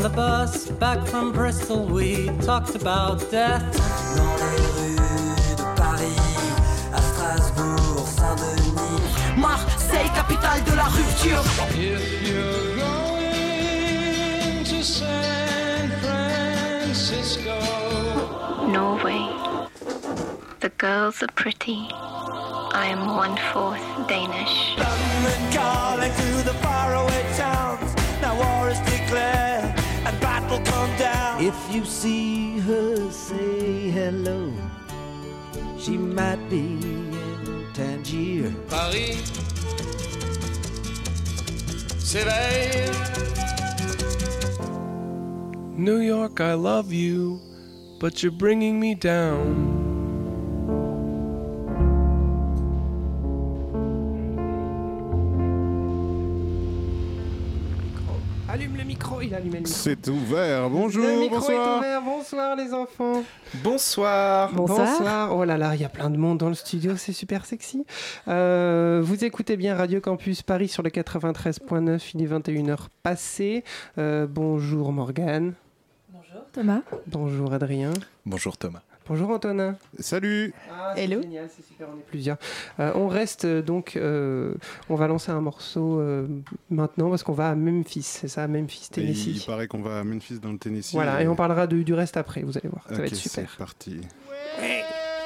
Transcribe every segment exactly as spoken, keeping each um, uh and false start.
the bus back from Bristol, we talked about death. Dans les rues de Paris, à Strasbourg, Saint-Denis, Marseille, capitale de la rupture. If you're going to San Francisco, Norway. The girls are pretty. I am one-fourth Danish. London calling to the faraway towns. Now war is declared and battle come down. If you see her, say hello. She might be in Tangier. Paris s'éveille. New York, I love you, but you're bringing me down. Allume le micro, il allume le micro. C'est ouvert, bonjour, le micro bonsoir. est ouvert, bonsoir les enfants. Bonsoir. Bonsoir. Oh là là, il y a plein de monde dans le studio, c'est super sexy. Euh, vous écoutez bien Radio Campus Paris sur le quatre-vingt-treize point neuf, il est vingt et une heures passées. Euh, bonjour Morgane. Bonjour Thomas. Bonjour Adrien. Bonjour Thomas. Bonjour Antonin. Salut. Ah, c'est Hello. génial, c'est super, on est plusieurs. Euh, on reste euh, donc, euh, on va lancer un morceau euh, maintenant parce qu'on va à Memphis, c'est ça, à Memphis, Et Tennessee. il paraît qu'on va à Memphis dans le Tennessee. Voilà, et on parlera de, du reste après, vous allez voir, ça Ok, va être super. c'est parti. Ouais.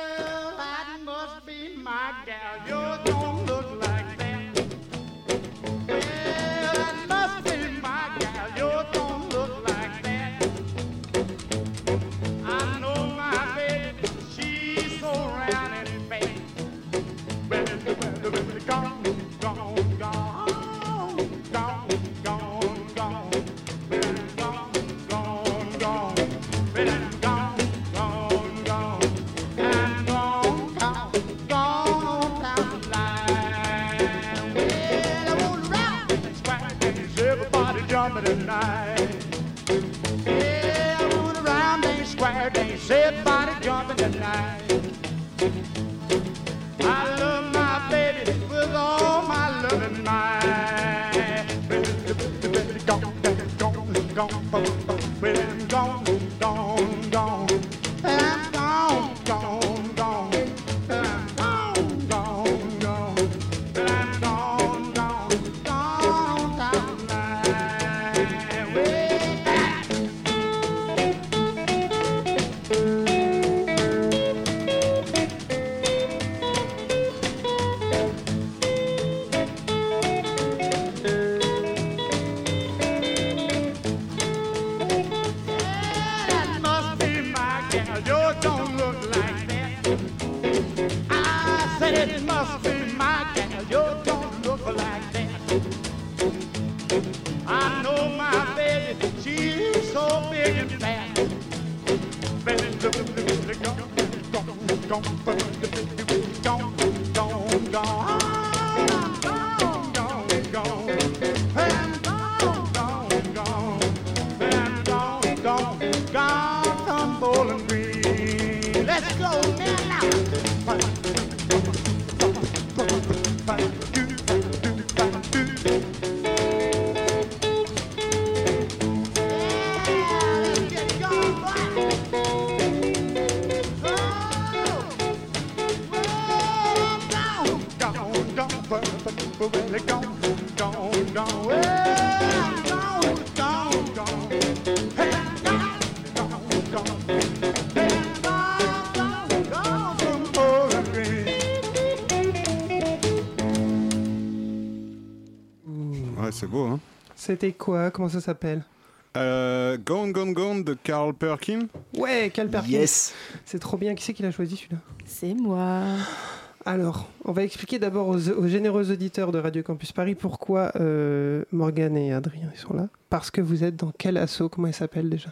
C'est beau, hein. C'était quoi? Comment ça s'appelle? euh, Gone Gone Gone de Carl Perkins. Ouais, Carl Perkins. Yes. C'est trop bien. Qui c'est qui l'a choisi celui-là? C'est moi. Alors, on va expliquer d'abord aux, aux généreux auditeurs de Radio Campus Paris pourquoi euh, Morgane et Adrien ils sont là. Parce que vous êtes dans quel assaut? Comment il s'appelle déjà?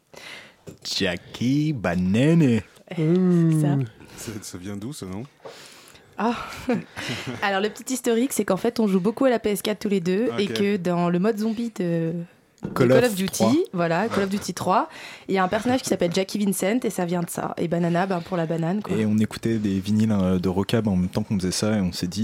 Jackie Banane. Mmh. C'est ça. Ça, ça vient d'où ce nom? Ah. Alors le petit historique, c'est qu'en fait on joue beaucoup à la P S quatre tous les deux, Ok. et que dans le mode zombie de, de Call Call, of of Duty, trois. voilà, Call of Duty trois, il y a un personnage qui s'appelle Jackie Vincent et ça vient de ça. Et Banana, ben, pour la banane quoi. Et on écoutait des vinyles euh, de Rockab en même temps qu'on faisait ça et on s'est dit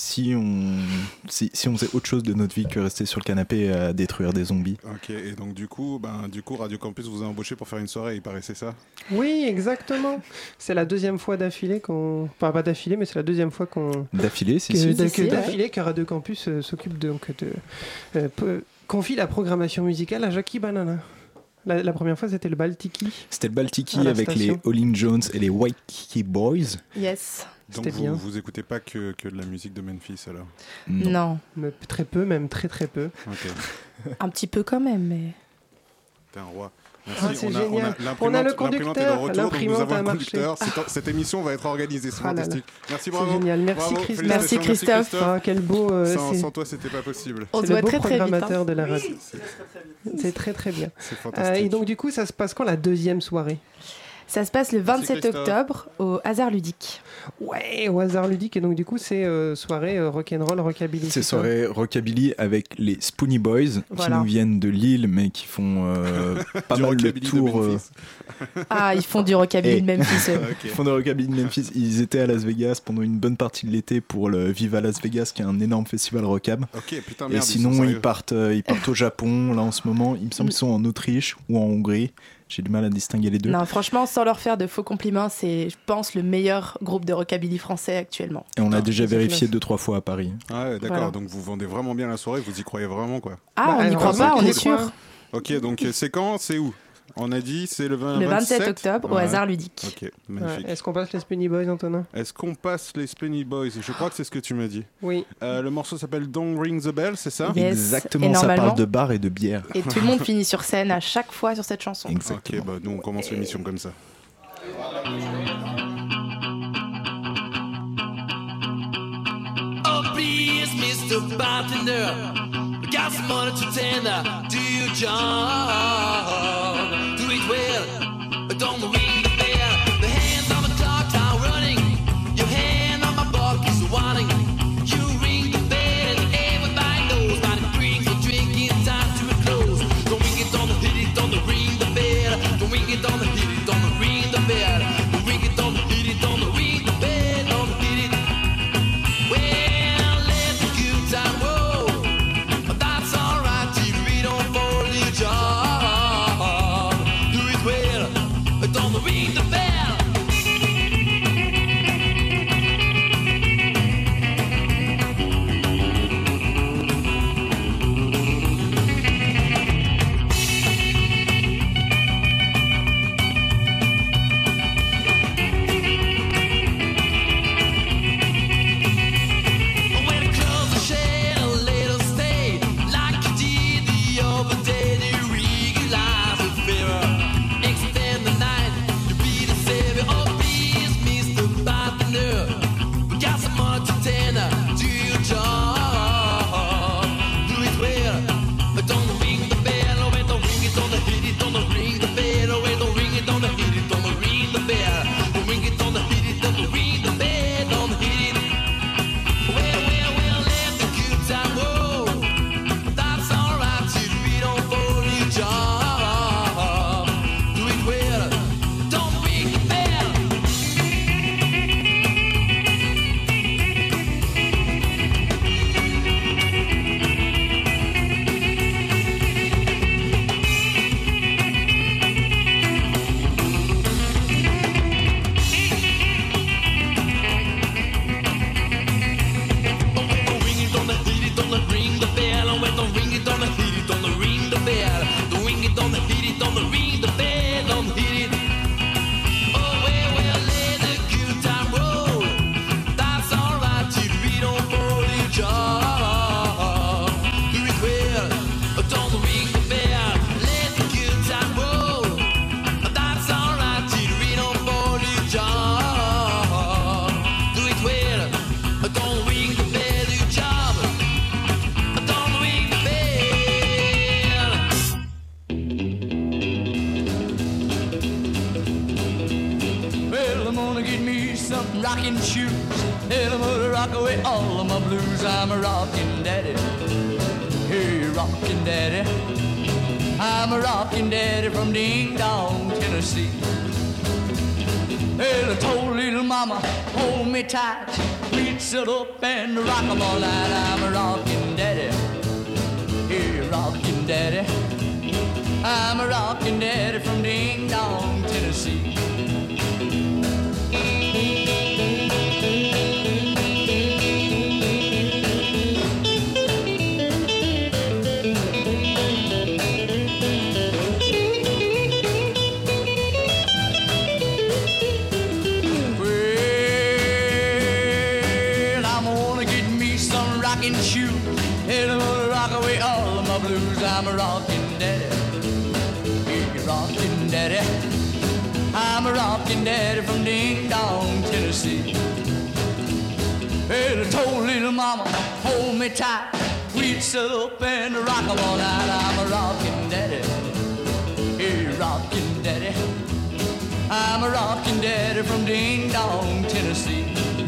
si on, si, si on faisait autre chose de notre vie que rester sur le canapé à détruire des zombies. Ok, et donc du coup, ben, du coup Radio Campus vous a embauché pour faire une soirée, il paraissait ça? Oui, exactement. C'est la deuxième fois d'affilée qu'on... Enfin, pas d'affilée, mais c'est la deuxième fois qu'on... D'affilée, c'est que, si, que, si, si, d'affilée ouais. que Radio Campus euh, s'occupe de... Donc, de euh, peu, confie la programmation musicale à Jackie Banana. La, la première fois, c'était le Baltiki. C'était le Baltiki à la avec station. les Olin Jones et les Waikiki Boys. Yes. Donc C'était vous, bien. vous écoutez pas que, que de la musique de Memphis alors? Non. non. Mais très peu, même très très peu. Ok. Un petit peu quand même, mais... T'es un roi. Ah, c'est on, a, génial. on, a On a le l'imprimante est de conducteur. retour, donc nous L'imprimante avons a le marché. conducteur. Cette, cette émission va être organisée, c'est Ah là là. fantastique. Merci, C'est bravo. génial. Merci Bravo, Christophe. Merci félicitations, Christophe. Ah, quel beau. euh, sans, c'est... sans toi, c'était pas possible. On c'est se le voit beau très très vite. programmateur Hein. de la radio. C'est, C'est très très bien. c'est Euh, fantastique. et donc du coup, ça se passe quand la deuxième soirée? Ça se passe le vingt-sept Christophe. octobre au Hasard Ludique. Ouais, au Hasard Ludique. Et donc du coup, c'est euh, soirée euh, rock'n'roll, rockabilly. C'est ça soirée rockabilly avec les Spoonie Boys Voilà. qui nous viennent de Lille mais qui font euh, pas Du mal le rockabilly de tour. euh, Memphis. Ah, ils font du rockabilly Et- de Memphis. eux. Ok. Ils font de rockabilly de Memphis. Ils étaient à Las Vegas pendant une bonne partie de l'été pour le Viva Las Vegas, qui est un énorme festival rockab. Ok, putain, Et merde. sinon, ils, sont ils sérieux. partent, euh, ils partent au Japon. Là, en ce moment, il me semble qu'ils sont en Autriche ou en Hongrie. J'ai du mal à distinguer les deux. Non, franchement, sans leur faire de faux compliments, c'est, je pense, le meilleur groupe de rockabilly français actuellement. Et on a Ah, déjà c'est vérifié classe. deux trois fois à Paris. Ah ouais, d'accord. Voilà. Donc vous vendez vraiment bien la soirée, vous y croyez vraiment, quoi. Ah, Bah, on n'y alors, croit c'est pas, on cool. est sûr. Ok, donc euh, c'est quand? C'est où? On a dit c'est le vingt, Le vingt-sept vingt-sept octobre au Ouais. Hasard Ludique. Ok, Ouais. magnifique. Est-ce qu'on passe les Spunny Boys, Antonin? Est-ce qu'on passe les Spenny Boys? Je crois que c'est ce que tu m'as dit. Oui. Euh, le morceau s'appelle Don't Ring the Bell, c'est ça? Yes. Exactement, Et ça normalement- parle de bar et de bière. Et tout le monde finit sur scène à chaque fois sur cette chanson. Exactement. Ok, bah nous on commence l'émission comme ça. Oh, please, Mister Bartender, got some money to tender. Do your job, do it well. Don't ring the bell. The hands on the clock are running. Your hand on my buck is warning. You ring the bell and everybody knows that it brings the drinking time to a close. Don't ring it, don't hit it, don't ring the bell. Don't ring it, don't hit it, don't ring the bell. Don't ring it, don't hit it, don't ring the bell, don't hit it. Well, let the good time roll. But that's alright till we don't fall your job. Do it well, but don't ring the bell. When it comes to share a little stay, like you did the other day, to regularize the favor, extend the night, to be the savior. Oh, please, Mister Bartender, we got some money to tender. Do your job, do it well, but don't ring the bell. Oh, wait, don't ring it, don't hit it, don't ring the bell. Oh, wait, don't ring it, don't hit it, don't ring the bell. Don't ring it, don't hit it, don't ring the bell, don't hit it. Well, well, well, let the good time roll. That's alright till we don't fall your job. Do it well, don't ring the bell. Don't ring it, don't hit it, don't ring the bell. Oh, wait, don't ring it, don't hit it, don't ring the bell. Don't ring it, don't hit it, don't ring the bell, don't hit it. Oh, well, well, let the good time roll. That's alright till we don't fall your job. Do it well, but don't ring the bell. Let the good time roll. That's alright till we don't fall your job. Do it well, but don't ring the bell, your job. Don't ring the bell. Well, I'm gonna get me some rocking shoes. Hell, I'm gonna rock away all of my blues. I'm a rockin' daddy. Hey, rockin' daddy. I'm a rockin' daddy from Ding Dong, Tennessee. Well, I told little mama, hold me tight. We'd sit up and rock 'em all night. I'm a rockin' daddy. Hey, rockin' daddy. I'm a rockin' daddy from Ding Dong, Tennessee. I'm a rockin' daddy, yeah, rockin' daddy. I'm a rockin' daddy from Ding Dong, Tennessee. Well, I told little mama, hold me tight. We'd sit up and rock 'em all night. I'm a rockin' daddy, yeah, rockin' daddy. I'm a rockin' daddy from Ding Dong, Tennessee.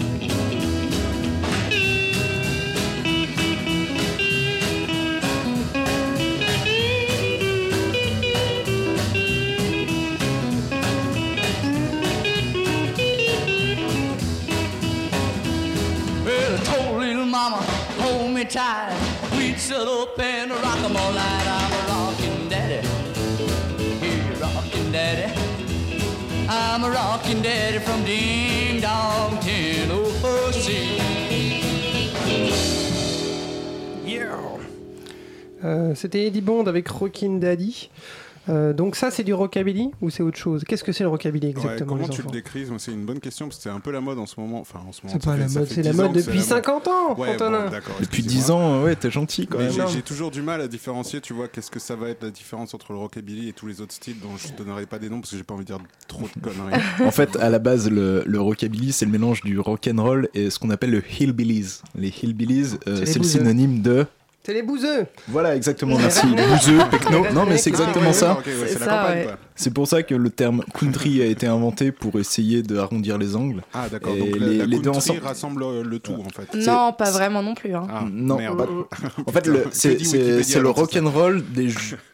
Mama, hold me tight. We'd sit up and rock 'em all night. I'm a rockin' daddy, yeah, rockin' daddy. I'm a rockin' daddy from Ding Dong, Tennessee. Yeah. Euh, C'était Eddie Bond avec Rockin' Daddy. Euh, donc ça c'est du rockabilly ou c'est autre chose? Qu'est-ce que c'est le rockabilly exactement? Ouais, comment les tu enfants le décris? C'est une bonne question parce que c'est un peu la mode en ce moment. Enfin, en ce moment. C'est pas la mode, c'est la mode depuis cinquante ans, ouais, Antonin. Bon, depuis dix ans, ouais, t'es gentil quand mais même. J'ai, j'ai toujours du mal à différencier, tu vois, qu'est-ce que ça va être la différence entre le rockabilly et tous les autres styles dont je donnerai pas des noms parce que j'ai pas envie de dire trop de conneries. En fait, à la base, le, le rockabilly, c'est le mélange du rock'n'roll et ce qu'on appelle le hillbillies. Les hillbillies, euh, c'est, c'est le synonyme de... C'est les bouseux. Voilà, exactement, merci. Bouseux, pecno. Non, mais c'est exactement ça. Okay, ouais, c'est c'est ça, la campagne, ouais. quoi. C'est pour ça que le terme country a été inventé pour essayer d'arrondir les angles. Ah, d'accord. Et Donc les, la, la les deux country ensemble rassemble le tout, en fait. Non, pas vraiment non plus. Hein. Ah, non, merde. en fait, le, Que c'est, dit c'est, Wikipédia, c'est le alors, c'est ça. rock'n'roll des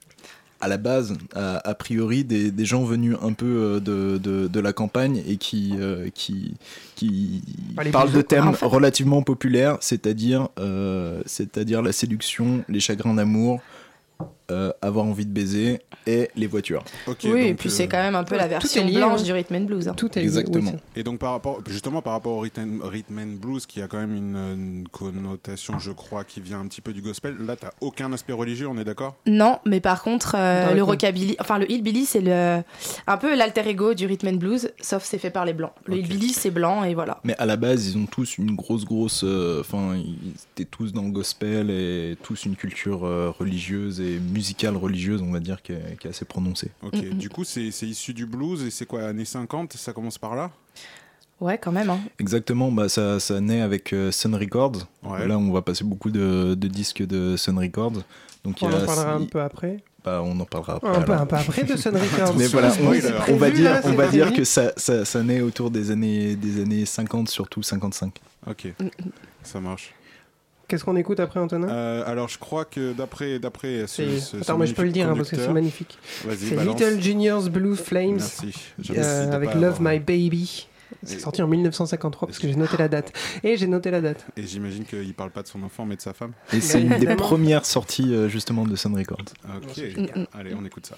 à la base, a, a priori, des, des gens venus un peu de, de, de la campagne et qui, euh, qui, qui Pas les parlent bouseux, de thèmes en fait. relativement populaires, c'est-à-dire, euh, c'est-à-dire la séduction, les chagrins d'amour, euh, avoir envie de baiser et les voitures. Okay, oui, donc, et puis euh, c'est quand même un peu la version lié, blanche hein. du rhythm and blues. Hein. Tout est Exactement. oui, Et donc par rapport, justement par rapport au rhythm, rhythm and blues qui a quand même une, une connotation, je crois, qui vient un petit peu du gospel. Là, t'as aucun aspect religieux, on est d'accord? Non, mais par contre, euh, Dans le le rockabilly, enfin le hillbilly, c'est le, un peu l'alter ego du rhythm and blues, sauf c'est fait par les blancs. Le Ok. hillbilly, c'est blanc et voilà. Mais à la base, ils ont tous une grosse, grosse. Enfin, ils étaient tous dans le gospel et tous une culture euh, religieuse et musicale religieuse, on va dire, qui est, qui est assez prononcée. Ok, Mm-mm. du coup, c'est, c'est issu du blues et c'est quoi, années cinquante? Ça commence par là? Ouais, quand même. Hein. Exactement, bah, ça, ça naît avec euh, Sun Records. Ouais. Là, on va passer beaucoup de, de disques de Sun Records. Donc, On il y a, en parlera un il- peu après. bah, on en parlera après. Un peu, alors. un peu après de Sun Records. Mais voilà, on, spoiler. on va prévu, dire, là, on c'est va dire prévu. que ça, ça, ça naît autour des années, des années cinquante, surtout cinquante-cinq. Ok, ça marche. Qu'est-ce qu'on écoute après, Antonin? Euh, alors, je crois que d'après, d'après ce, C'est- ce- Attends, ce mais je peux le dire hein, parce que c'est magnifique magnifique. conducteur. Vas-y, C'est balance. Little Junior's Blue Flames Merci. Je euh, décide de avec pas Love avoir- My Baby. C'est Et- sorti en mille neuf cent cinquante-trois parce que j'ai noté la date. Et j'ai noté la date. Et j'imagine qu'il parle pas de son enfant, mais de sa femme. Et c'est une des évidemment. premières sorties euh, justement de Sun Records. Ok, Mm-mm. allez, on écoute ça.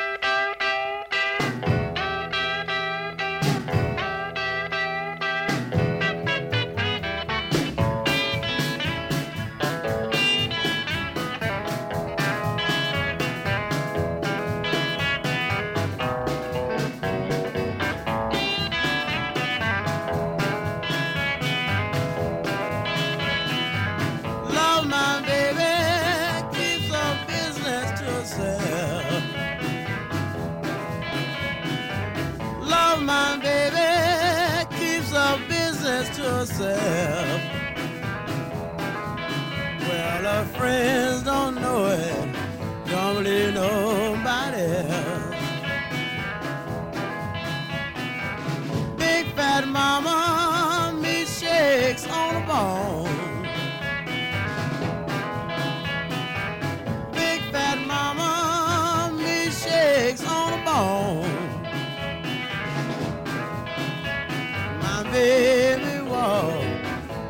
Love my baby, keeps her business to herself. Love my baby, keeps her business to herself. Well, her friends don't know it, don't believe nobody else. Big fat mama, me shakes on a bone. Big fat mama, me shakes on a bone. My baby walk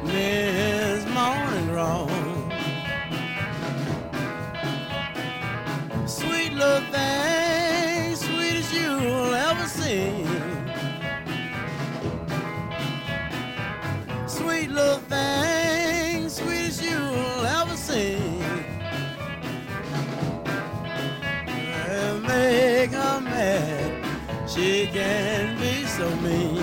sweet little thing, sweetest you'll ever see. And make her mad, she can be so mean.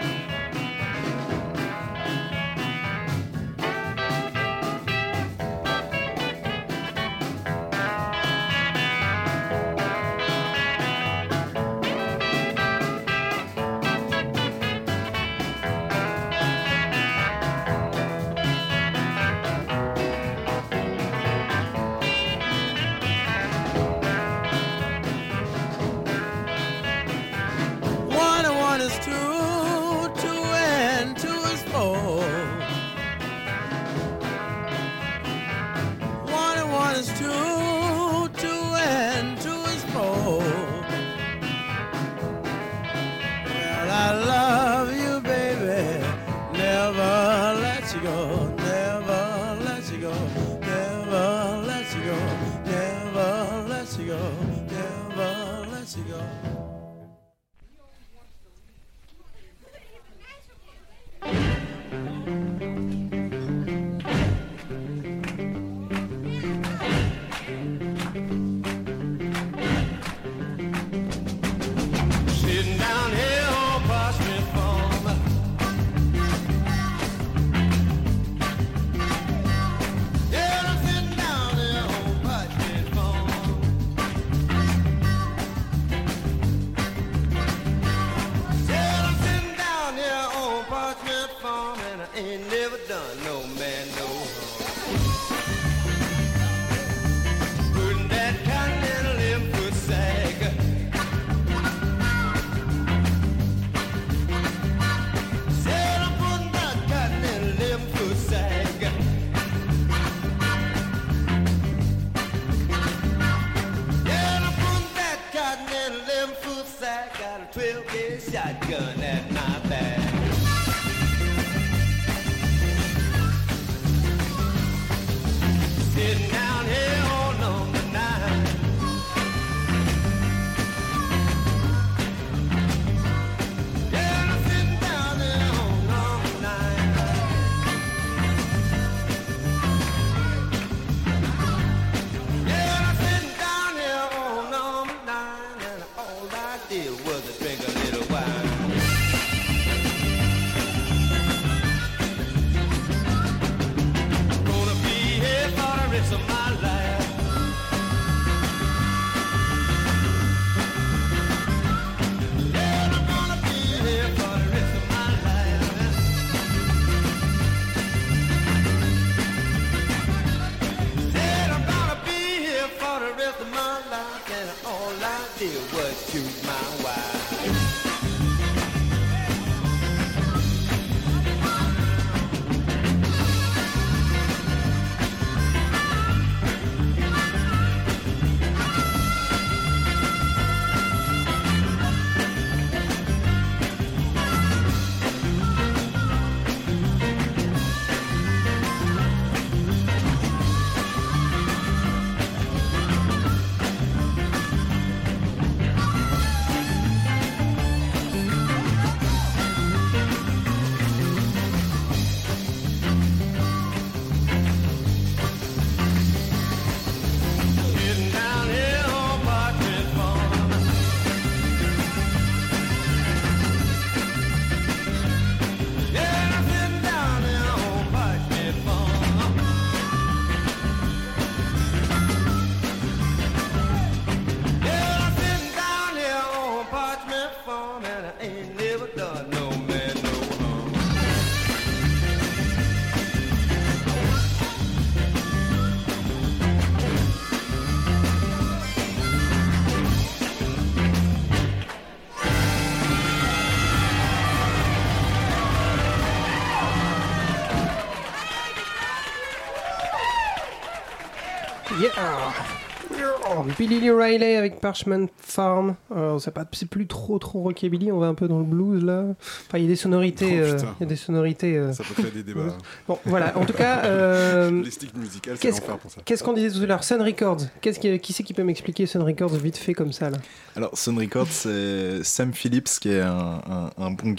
Yeah. Billy Lee Riley avec Parchment Farm. Alors, c'est, pas, c'est plus trop trop rockabilly, on va un peu dans le blues là. Enfin, il y a des sonorités. Oh, euh, il y a des sonorités. Euh... Ça peut créer des débats. Bon, voilà. En tout cas, euh... les sticks musicales, c'est qu'est-ce, l'enfer pour ça. Qu'est-ce qu'on disait tout à l'heure? Sun Records. Qu'est-ce qui, qui c'est qui peut m'expliquer Sun Records vite fait comme ça là? Alors, Sun Records, c'est Sam Phillips qui est un, un, un bon gars.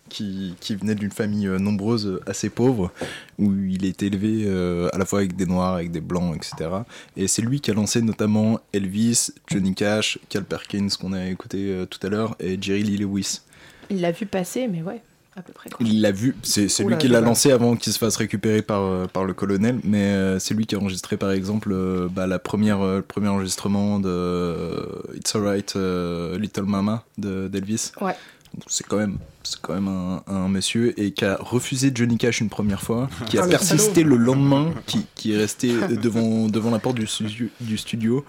qui, qui venait d'une famille euh, nombreuse, euh, assez pauvre, où il a été élevé euh, à la fois avec des noirs, avec des blancs, et cetera. Et c'est lui qui a lancé notamment Elvis, Johnny Cash, Carl Perkins, qu'on a écouté euh, tout à l'heure, et Jerry Lee Lewis. Il l'a vu passer, mais ouais, à peu près. Quoi. Il l'a vu, c'est, c'est lui Oula, qui l'a oula. lancé avant qu'il se fasse récupérer par, euh, par le colonel, mais euh, c'est lui qui a enregistré par exemple euh, bah, la première, euh, le premier enregistrement de euh, It's Alright euh, Little Mama de, d'Elvis. Ouais. C'est quand même, c'est quand même un, un monsieur et qui a refusé Johnny Cash une première fois, qui a Ah, le persisté salaud. le lendemain, qui, qui est resté devant, devant la porte du, studio- du studio.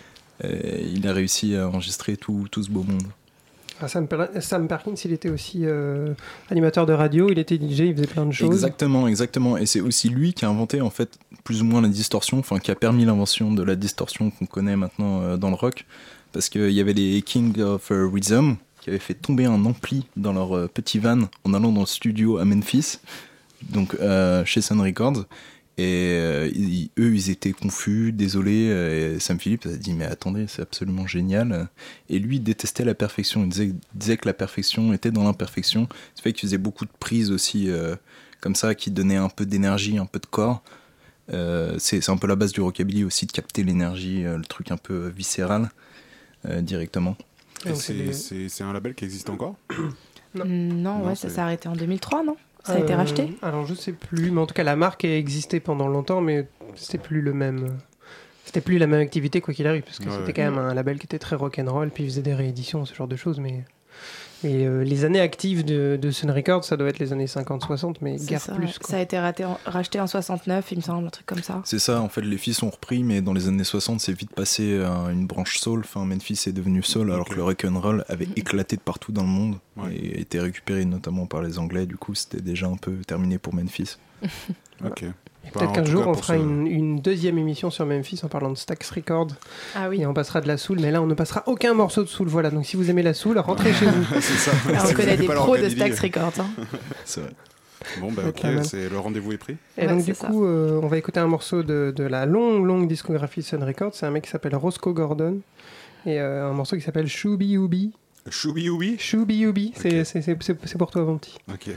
Et il a réussi à enregistrer tout, tout ce beau monde. Ah, Sam, Per- Sam Perkins, il était aussi euh, animateur de radio, il était D J, il faisait plein de choses. Exactement, exactement. Et c'est aussi lui qui a inventé en fait plus ou moins la distorsion, enfin qui a permis l'invention de la distorsion qu'on connaît maintenant euh, dans le rock, parce qu'il y avait les King of euh, Rhythm qui avaient fait tomber un ampli dans leur euh, petit van en allant dans le studio à Memphis, donc euh, chez Sun Records. Et euh, ils, eux, ils étaient confus, désolés. Et Sam Phillips a dit mais attendez, c'est absolument génial. Et lui, il détestait la perfection. Il disait, il disait que la perfection était dans l'imperfection. Ça fait qu'il faisait beaucoup de prises aussi euh, comme ça, qui donnaient un peu d'énergie, un peu de corps. Euh, c'est, c'est un peu la base du rockabilly aussi, de capter l'énergie, euh, le truc un peu viscéral euh, directement. Et Donc, c'est, c'est des- c'est, c'est un label qui existe encore? Non, Non, ouais, c'est- ça s'est arrêté en deux mille trois, non? Ça a été Euh, racheté? Alors je sais plus, mais en tout cas la marque a existé pendant longtemps, mais c'était plus le même. C'était plus la même activité quoi qu'il arrive, parce que Ouais, c'était ouais. quand même un label qui était très rock'n'roll, puis il faisait des rééditions, ce genre de choses, mais. Et euh, les années actives de, de Sun Records, ça doit être les années cinquante soixante, mais C'est guère ça, plus. ouais. Quoi. Ça a été raté en- racheté en soixante-neuf, il me semble, un truc comme ça. C'est ça, en fait, les filles sont repris, mais dans les années soixante, c'est vite passé à une branche soul. Enfin, Memphis est devenu soul, alors Ok. que le rock'n'roll avait éclaté de partout dans le monde Ouais. et été récupéré notamment par les Anglais. Du coup, c'était déjà un peu terminé pour Memphis. Ok. Et Bah, peut-être en qu'un tout jour cas, on pour fera ce- une, une deuxième émission sur Memphis en parlant de Stax Records, Ah oui. et on passera de la soul, mais là on ne passera aucun morceau de soul. Voilà, donc si vous aimez la soul, rentrez chez vous. c'est ça. Ah, Si on vous connaît aimez des pas le pros de rockabilly, Stax Records. Hein. C'est vrai. Bon, bah Ça va ok, être pas mal. c'est, le rendez-vous est pris. Et Ouais, donc c'est du ça. coup, euh, on va écouter un morceau de, de la longue, longue discographie de Sun Records. C'est un mec qui s'appelle Roscoe Gordon. Et euh, un morceau qui s'appelle Shooby Ooby. Choubi Oubi. Shooby Ooby, c'est, Ok. c'est, c'est, c'est, c'est pour toi, mon petit. Ok.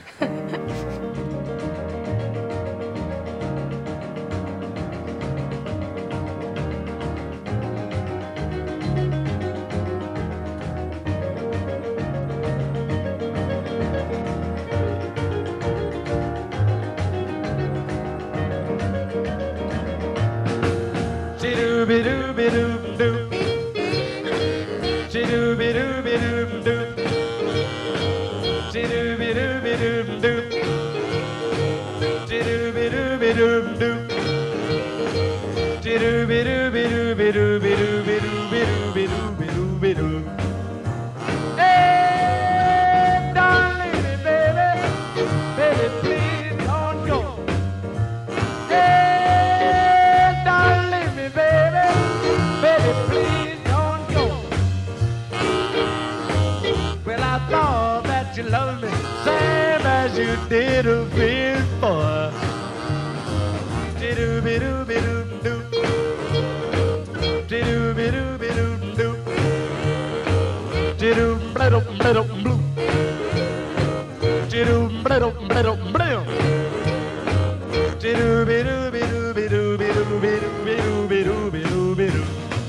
Chidoo-be-doo-be-doo-doo. Chidoo-be-doo-be-doo-doo. Chidoo-be-doo-be-doo-doo. Chidoo-be-doo-be-doo-doo. Chidoo-be-doo-be-doo-be-doo-be-doo-be-doo-be-doo-be-doo-be-doo. Hey, darling, baby, baby, please don't go. Hey, darling, me baby, baby, please don't go. Well, I thought that you loved me same as you did before. Doo-doo-be-doo-be-doo-doo. Doo-doo-be-doo-be-doo-doo. Doo-doo-be-doo-be-doo-blue. Doo-doo-be-doo-be-doo-blue. Doo-doo-be-doo-be-doo-be-doo-be-doo-be-doo-be-doo-be-doo-be-doo.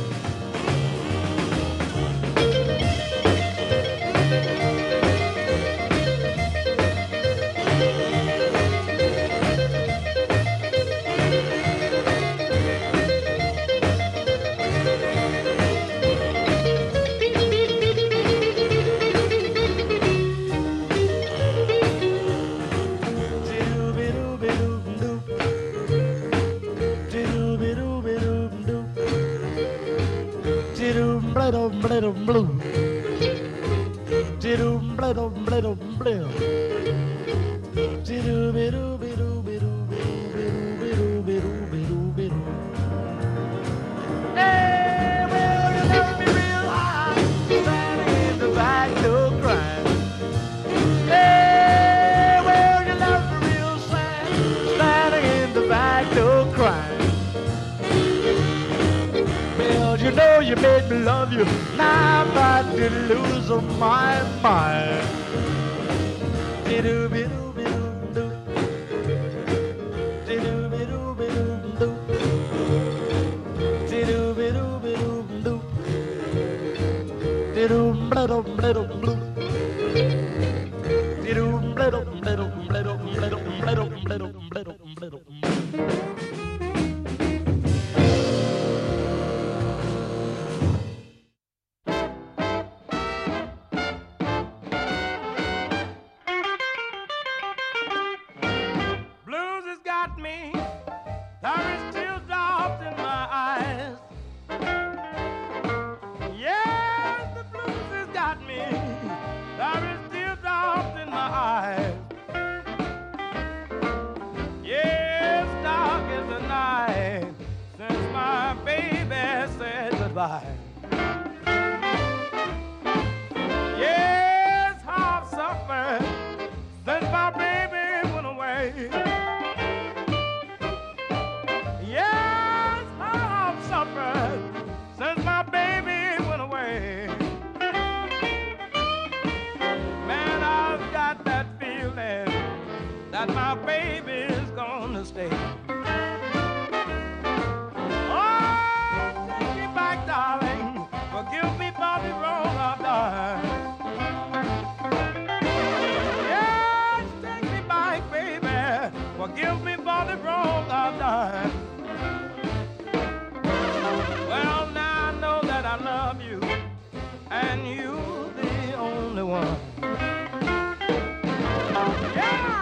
Hey, well, you left me real high, standing in the back door crying. Hey, well, you left me real sad, standing in the back door crying. Well, you know you made me love you, now I'm about to lose my mind. Blues has got me. There is teardrops in my eyes. Yes, the blues has got me. There is teardrops in my eyes. Yes, dark as the night since my baby said goodbye. Yes, I've suffered since my baby went away. Yes, I've suffered since my baby went away. Man, I've got that feeling that my baby's gonna stay. Oh, take me back, darling. Forgive me for the wrong I've done. Yes, take me back, baby. Forgive me for the wrong I've done. Well, now I know that I love you, and you're the only one. Yeah!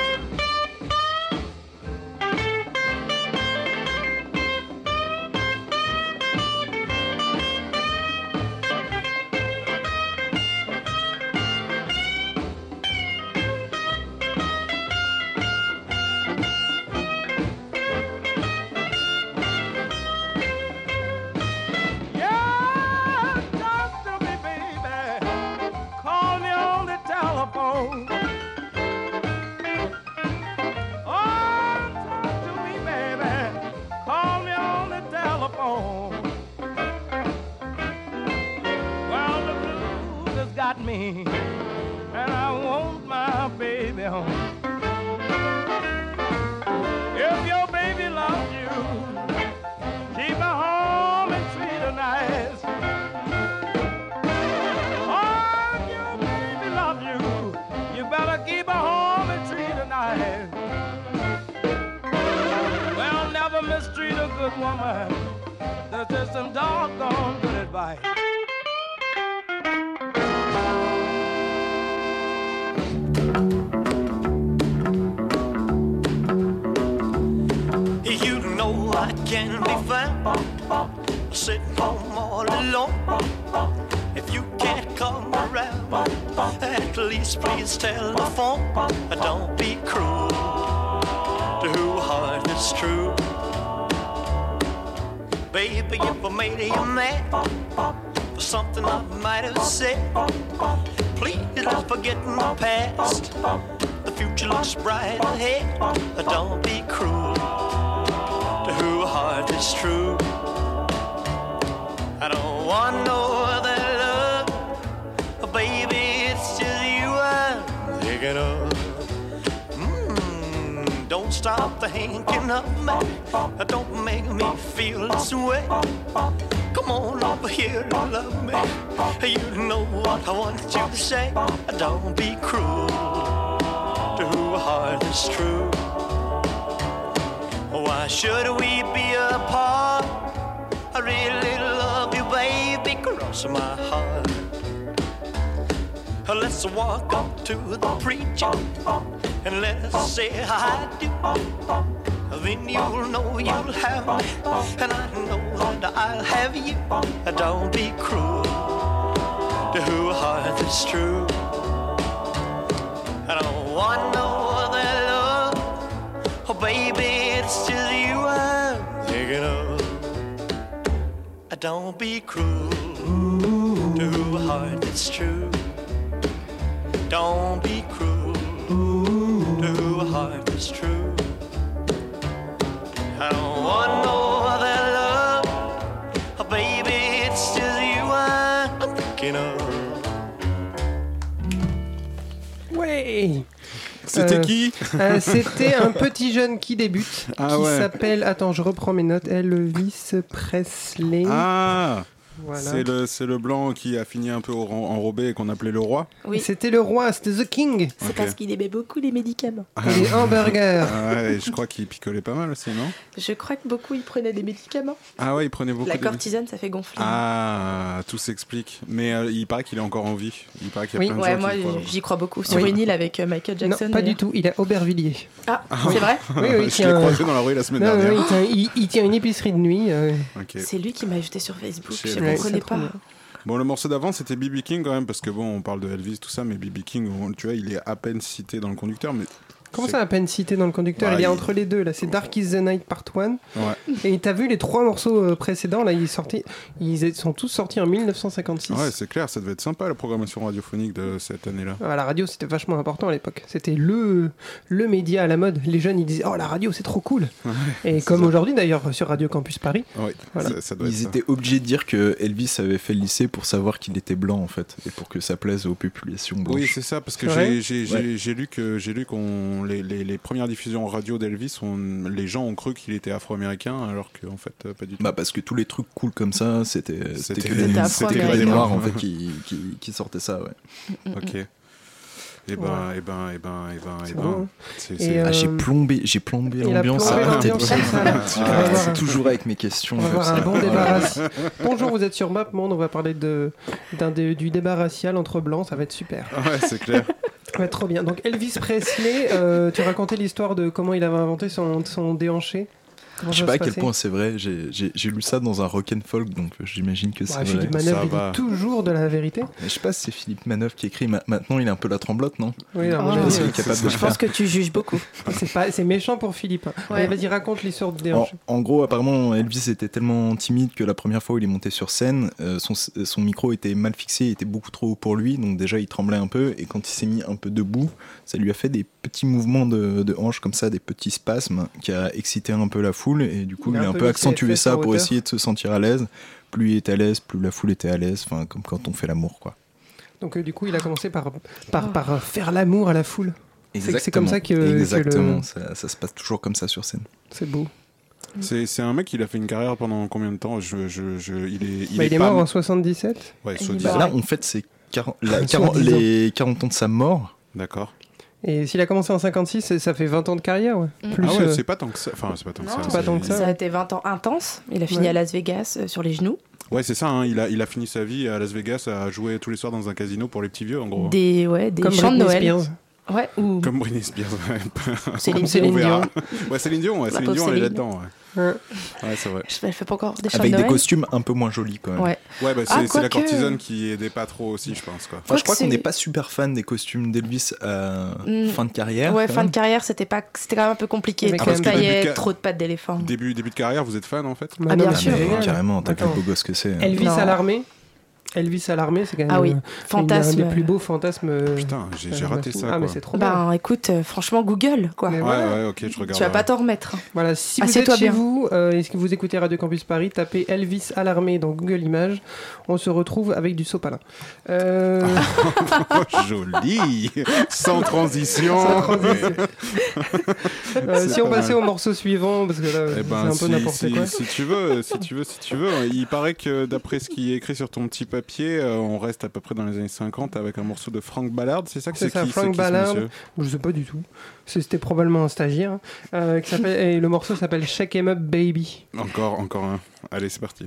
Yeah, talk to me, baby. Call me on the telephone. Oh, talk to me, baby. Call me on the telephone. Well, the blues has got me, and I want my baby home. If your baby loves you, keep her home and treat her nice. Oh, if your baby loves you, you better keep her home and treat her nice. Well, never mistreat a good woman. That's just some doggone good advice. You know I can be found sitting home all alone. If you can't come around, at least please tell the phone. Don't be cruel to who heart is true. Baby, if I made you mad for something I might have said, please don't forget my past. The future looks bright ahead. Don't be cruel to who heart is true. I don't want no other love, baby, it's just you I'm thinking of. Mm, don't stop thinking of me, don't make me feel this way. Come on over here and love me, you know what I want you to say. Don't be cruel to who heart is true. Why should we be apart? I really love you, baby, cross my heart. Let's walk up to the preacher and let's say I do. Then you'll know you'll have me, and I know that I'll have you. Don't be cruel to who heart is true. I don't want no other love, oh baby, it's just you I'm thinking of. Don't be cruel to who heart is true. Don't be cruel to who heart is true. I don't want no other love, oh baby, it's just you I'm thinking of. Ouais. C'était Euh, qui euh, C'était un petit jeune qui débute, Ah qui ouais. s'appelle, attends, je reprends mes notes, Elvis Presley. Ah Voilà. c'est le, c'est le blanc qui a fini un peu au- enrobé et qu'on appelait le roi. Oui. C'était le roi, c'était The King. C'est Ok. parce qu'il aimait beaucoup les médicaments. Et les hamburgers. Ah ouais, je crois qu'il picolait pas mal aussi, non Je crois que beaucoup, ils prenaient des médicaments. Ah ouais, il prenait beaucoup La de... cortisone, ça fait gonfler. Ah, tout s'explique. Mais euh, il paraît qu'il est encore en vie. Il paraît qu'il y a Oui, plein de ouais, gens moi qui y croient. j'y crois beaucoup. Sur Oui. une île avec euh, Michael Jackson. Non, pas d'ailleurs. du tout, il est à Aubervilliers. Ah, c'est vrai Oui, oui, il Je tient l'ai un- croisé dans la rue la semaine Non, dernière. oui, il, tient, il- il tient une épicerie de nuit. euh, Ok. C'est lui qui m'a ajouté sur Facebook. Chez Je Elvis. comprenais c'est trop pas. bien. Bon, le morceau d'avant, c'était B B King quand même, parce que bon, on parle de Elvis, tout ça, mais B B King, on- tu vois, il est à peine cité dans le conducteur, mais... Comment c'est- ça, à peine cité dans le conducteur? Bah, Il est il- entre les deux, là. C'est Dark is the Night Part un. Ouais. Et t'as vu les trois morceaux euh, précédents, là, ils, sortis, ils sont tous sortis en mille neuf cent cinquante-six. Ouais, c'est clair, ça devait être sympa la programmation radiophonique de cette année-là. À la radio, c'était vachement important à l'époque. C'était le, le média à la mode. Les jeunes, ils disaient « Oh, la radio, c'est trop cool !» Et comme ça. aujourd'hui, d'ailleurs, sur Radio Campus Paris. Oui, Voilà. ça, ça doit être Ils ça. étaient obligés de dire que Elvis avait fait le lycée pour savoir qu'il était blanc en fait, et pour que ça plaise aux populations blanches. Oui, c'est ça, parce que C'est vrai j'ai, j'ai, Ouais. j'ai, j'ai lu que j'ai lu qu'on les, les, les premières diffusions radio d'Elvis, on, les gens ont cru qu'il était afro-américain, alors qu'en fait euh, pas du tout. Bah parce que tous les trucs cool comme ça, c'était C'était- c'était que des, C'était c'était que des afro-américain. noirs en fait qui, qui, qui sortaient ça, ouais. Ok. Et ben, et ben, et ben, et ben, et C'est ben. bon. C'est, Et, c'est- euh, Ah, j'ai plombé, j'ai plombé il a l'ambiance. plombé arrêtez de- l'ambiance comme ça, là. Ah, On va voir c'est un- toujours avec mes questions. On va comme avoir un ça. bon débat racial. Bonjour, vous êtes sur MapMonde. On va parler de, d'un dé- du débat racial entre blancs. Ça va être super. Ouais, c'est clair. Ça va être trop bien. Donc, Elvis Presley, euh, tu racontais l'histoire de comment il avait inventé son, son déhanché. Comment Je sais ça pas se à quel passait point c'est vrai, j'ai- j'ai j'ai lu ça dans un rock and folk, donc euh, j'imagine que c'est Ouais, vrai. Philippe Ça Manœuvre, il va. dit toujours de la vérité. Mais je sais pas si c'est Philippe Manœuvre qui écrit, ma- maintenant il est un peu la tremblote, non Oui, alors, moi, Oh. je Parce veux qu'il dire, est capable de Je le pense faire. que tu juges beaucoup. c'est, pas, c'est méchant pour Philippe. hein. Ouais. Allez, vas-y, raconte l'histoire du En, déhanché. en gros, apparemment, Elvis était tellement timide que la première fois où il est monté sur scène, euh, son, son micro était mal fixé, il était beaucoup trop haut pour lui, donc déjà il tremblait un peu, et quand il s'est mis un peu debout, ça lui a fait des petits mouvements de, de hanche comme ça, des petits spasmes, qui a excité un peu la foule, et du coup Il il a a un un peu peu mis accentué ses ça fesses en pour hauteur. essayer de se sentir à l'aise. Plus il était à l'aise, plus la foule était à l'aise, enfin comme quand on fait l'amour, quoi. Donc, euh, du coup, il a commencé par, par, par euh, faire l'amour à la foule. C'est- c'est comme ça que- que Exactement, le- ça, ça se passe toujours comme ça sur scène. C'est beau. C'est, c'est un mec, il a fait une carrière pendant combien de temps je, je, je, il est, il Bah, est il est pas- mort en soixante-dix-sept. Ouais, Il soit est disant. mort. Bah, là, en fait, c'est quarante la- Sur quarante dix ans. les quarante ans de sa mort. D'accord. Et s'il a commencé en cinquante-six, c'est- ça fait vingt ans de carrière, ouais. Mm. Plus, Ah ouais, euh, c'est pas tant que ça. Enfin, c'est pas tant que Non, ça. c'est pas tant que ça. Ça a été vingt ans intense. Il a fini Ouais. à Las Vegas euh, sur les genoux. Ouais, c'est ça. Hein, il a, il a fini sa vie à Las Vegas à jouer tous les soirs dans un casino pour les petits vieux, en gros. Des, ouais, des comme chants de Britney Noël. Spears. Ouais, ou Comme Britney Spears. Ouais. Céline comme Céline On verra. Dion. Ouais, Céline Dion. Ouais, La Céline pauvre Dion, elle est Céline. là-dedans. Ouais, Ouais. ouais c'est vrai. elle fait pas encore des chants Avec de des Noël. costumes un peu moins jolis quand même. Ouais. Ouais, bah, c'est, Ah, c'est la quoique. cortisone qui aidait pas trop aussi, je pense. Quoi. Enfin, je crois Quoique qu'on n'est c'est- pas super fan des costumes d'Elvis à Mm. fin de carrière. Ouais, quand fin de même. carrière, c'était pas, c'était quand même un peu compliqué. Mais Trop quand de même. Début de paillettes, ca- trop de pattes d'éléphant. Début, début de carrière, vous êtes fan en fait Bah Ah, non, bien mais sûr. c'est Mais génial. carrément, t'as vu Attends. le beau gosse que c'est. Elvis Non. à l'armée. Elvis à l'armée, c'est quand même Ah oui, euh, fantasme. une- un des plus beaux fantasmes. euh, Putain, j'ai, j'ai euh, raté de- ça. Ah, quoi. mais c'est trop bien. Ben écoute, euh, franchement, Google, quoi. Mais Ouais, voilà. ouais, ok, je regarde. Tu vas pas t'en remettre. Voilà, si vous êtes Assieds-toi chez bien. vous, euh, est-ce que vous écoutez Radio Campus Paris, tapez Elvis à l'armée dans Google Images. On se retrouve avec du sopalin. Euh, Joli. Sans transition. Sans transition. euh, C'est si on pas passait mal. au morceau suivant, parce que là, Eh c'est ben, un si, peu n'importe si, quoi. si tu veux, si tu veux, si tu veux, il paraît que d'après ce qui est écrit sur ton petit papier, euh, on reste à peu près dans les années cinquante avec un morceau de Frank Ballard. C'est ça que C'est c'est, ça, qui, Frank c'est qui, ce Ballard. monsieur Je sais pas du tout. C'est- C'était probablement un stagiaire. euh, qui s'appelle- et le morceau s'appelle Shake 'em Up Baby. Encore, encore un. Allez, c'est parti.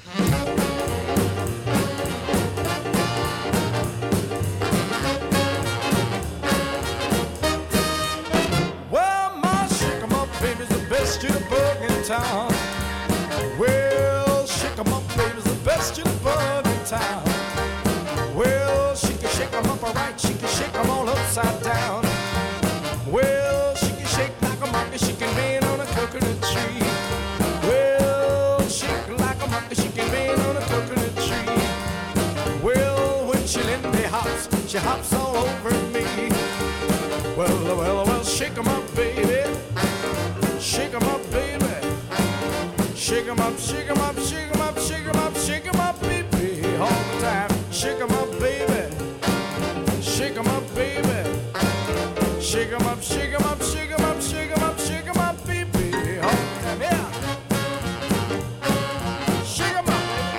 Well, my shake 'em up baby's the best jitterbug in town. Well, shake 'em up baby's the best jitterbug in town. Well, she can shake 'em up alright, she can shake 'em all upside down. Well, she can shake like a monkey, she can bend on a coconut tree. Well, shake like a monkey, she can bend on a coconut tree. Well, when she Lindy hops, she hops all over me. Well, well, well, shake 'em up, baby. Shake 'em up, baby. Shake 'em up, shake 'em up, shake 'em up, shake 'em up, shake 'em up, baby. All the time. Shake 'em up, baby. Shake 'em up, baby. Shake 'em up, shake 'em up, shake 'em up, shake 'em up, shake 'em up, baby. All the time, yeah. Shake 'em up.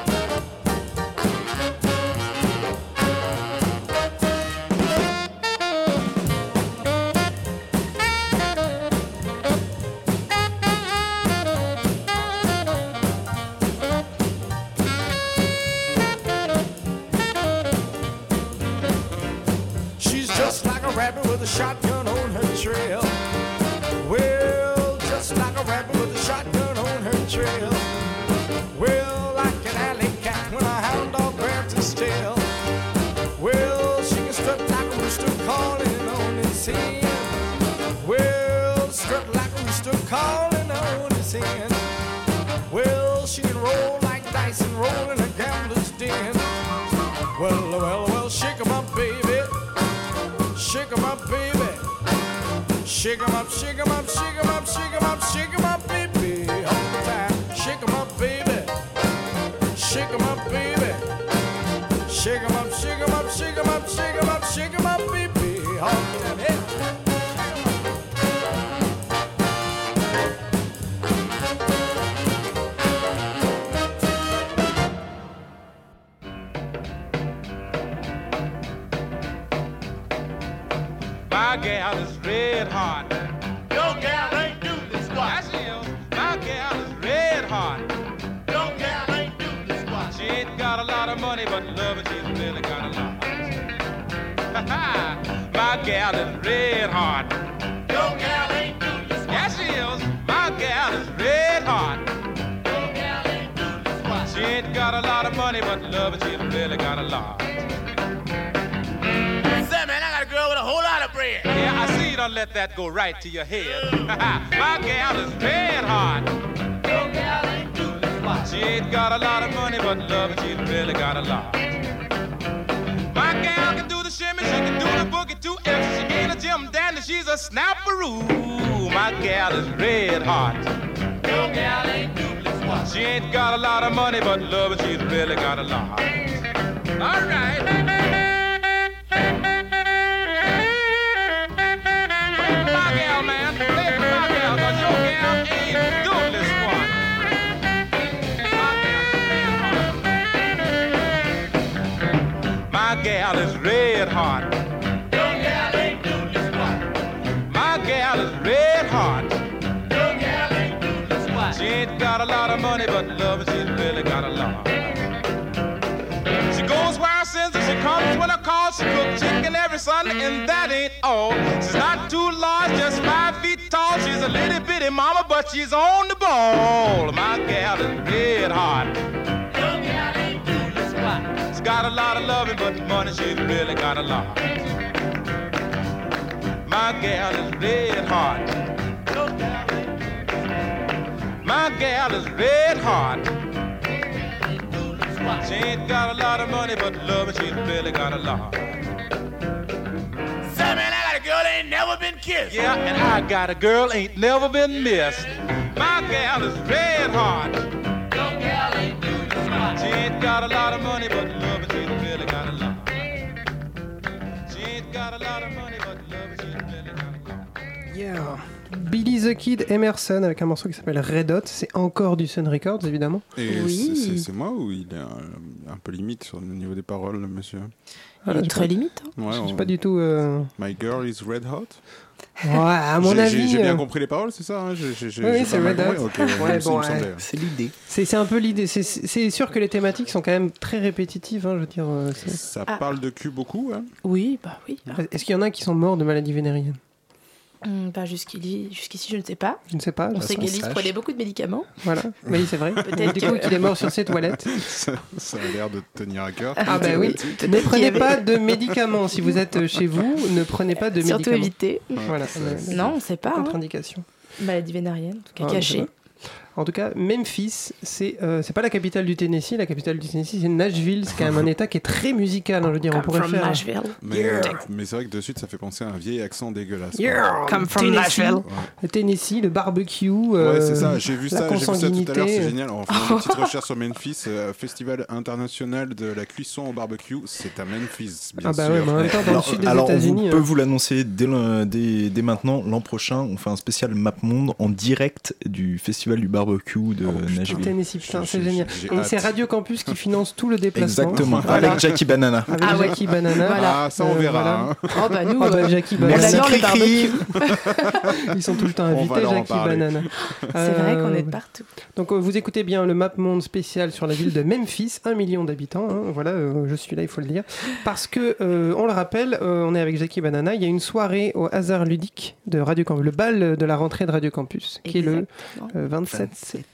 She's just like a rabbit with a shotgun on her trail. Well, just like a rabbit with a shotgun on her trail. Well, like an alley cat when a hound dog grabs his tail. Well, she can strut like a rooster calling on his hen. Well, strut like a rooster calling on his hen. Well, she can roll like dice and roll in a gambler's den. Well, well, well, shake 'em up, baby. Shake 'em up, baby. Shake 'em up, shake 'em up, shake 'em up, shake 'em up, shake 'em up, baby. All the time. Shake 'em up, baby. Shake 'em up, baby. Shake 'em up, shake 'em up, shake 'em up, shake 'em up, shake 'em up, baby. All the time. Yeah. My gal is red hot. Your gal ain't do this squat. Yes, she is. My gal is red hot. Your gal ain't do this squat. She ain't got a lot of money, but love it, she's really got a lot. My gal is red hot. Your gal ain't do this squat. Yes, she is. My gal is red hot. Your gal ain't do this squat. She ain't got a lot of money, but love it, she's really got a lot. Say, man, I got a girl with a whole lot of bread. Yeah, I see you don't let that go right to your head. My gal is red hot. Your gal ain't do this squat. She ain't got a lot of money, but love it, she's really got a lot. My gal can do the shimmy, she can do the boogie too. If she ain't a Jim Dandy, she's a snapperoo. My gal is red hot. Your gal ain't do this squat. She ain't got a lot of money, but love it, she's really got a lot. All right. My gal, man, play for my gal, cause your gal ain't doing this one. My gal is red hot. Your gal ain't doing this one. My gal is red hot. Your gal ain't doing this one. She ain't got a lot of money, but love it, she's really got a lot. She goes where I sends her, she comes when I call. She cooks chicken every Sunday, and that ain't all. She's not too large, just five feet tall. She's a little bitty mama, but she's on the ball. My gal is red hot. Your gal ain't doing this squat. She's got a lot of loving, but money she's really got a lot. My gal is red hot. Your gal ain't doing this squat. My gal is red hot. She ain't got a lot of money, but love it, she's really got a lot. Say, man, I got a girl that ain't never been kissed. Yeah, and I got a girl ain't never been missed. My gal is red hot. Your gal ain't doing this spot. She ain't got a lot of money, but love it, she's really got a lot. She ain't got a lot of money, but love it, she's really got a lot. Yeah. Billy the Kid, Emerson, avec un morceau qui s'appelle Red Hot. C'est encore du Sun Records, évidemment. Et oui. c'est, c'est, c'est moi ou il est un, un peu limite sur le niveau des paroles, le monsieur? Il est très limite. Hein. Ouais, je on... suis pas du tout... Euh... My girl is red hot. Ouais, à mon j'ai, avis... J'ai, j'ai bien euh... compris les paroles, c'est ça hein j'ai, j'ai, Oui, j'ai c'est Red Hot. Okay, ouais, bon, ouais. C'est l'idée. C'est, c'est un peu l'idée. C'est, c'est sûr que les thématiques sont quand même très répétitives. Hein, je veux dire, c'est... Ça ah. parle de cul beaucoup. Hein oui, bah oui. Est-ce qu'il y en a qui sont morts de maladie vénérienne? Hum, bah jusqu'ici, jusqu'ici, je ne sais pas. Je ne sais pas. On sait qu'Élise prenait beaucoup de médicaments. Voilà, oui, c'est vrai. Peut-être du que... coup, qu'il est mort sur ses toilettes. ça, ça a l'air de te tenir à cœur. Ah bah oui. Ne prenez avait... pas de médicaments. Si vous êtes chez vous, ne prenez pas de Surtout médicaments. éviter. Voilà. Non, on ne sait pas. Contre-indication. Hein. Maladie vénérienne, en tout cas ah, cachée. En tout cas, Memphis, c'est euh, c'est pas la capitale du Tennessee. La capitale du Tennessee, c'est Nashville. C'est quand même un état qui est très musical. Hein, je veux dire, on pourrait from faire. Nashville. Mais, Yeah. euh, mais c'est vrai que de suite, ça fait penser à un vieil accent dégueulasse. Yeah, Come from Tennessee. Nashville. Le Tennessee, le barbecue. Euh, Ouais, c'est ça, j'ai vu la ça, j'ai vu ça tout à consanguinité. l'heure, c'est génial. En faisant une petite recherche sur Memphis, euh, Festival international de la cuisson au barbecue, c'est à Memphis, bien Ah bah sûr. ouais, mais en même temps, dans le Alors, sud des alors, États-Unis. on peut hein. vous l'annoncer dès, le- dès, dès maintenant, l'an prochain, on fait un spécial Map Monde en direct du Festival du barbecue de Nashville. Tennessee, putain, J'ai- c'est j'ai- génial. j'ai Et hâte. c'est Radio Campus qui finance tout le déplacement. Exactement, Voilà. avec Jackie Banana. Avec Ah ouais. Jackie Banana. Voilà. Ah, ça on verra. voilà. hein. Oh bah nous, Ah bah, euh, Jackie on Banana. adore le Cricri. barbecue. Ils sont tout le temps On va invités, leur en Jackie parler. Banana. C'est vrai qu'on Euh, est de partout. Donc euh, vous écoutez bien le Map Monde spécial sur la ville de Memphis, un million d'habitants. hein. Voilà, euh, je suis là, il faut le dire. Parce que, euh, on le rappelle, euh, on est avec Jackie Banana. Il y a une soirée au hasard ludique de Radio Campus, le bal de la rentrée de Radio Campus, qui est le Exactement. euh, vingt-sept.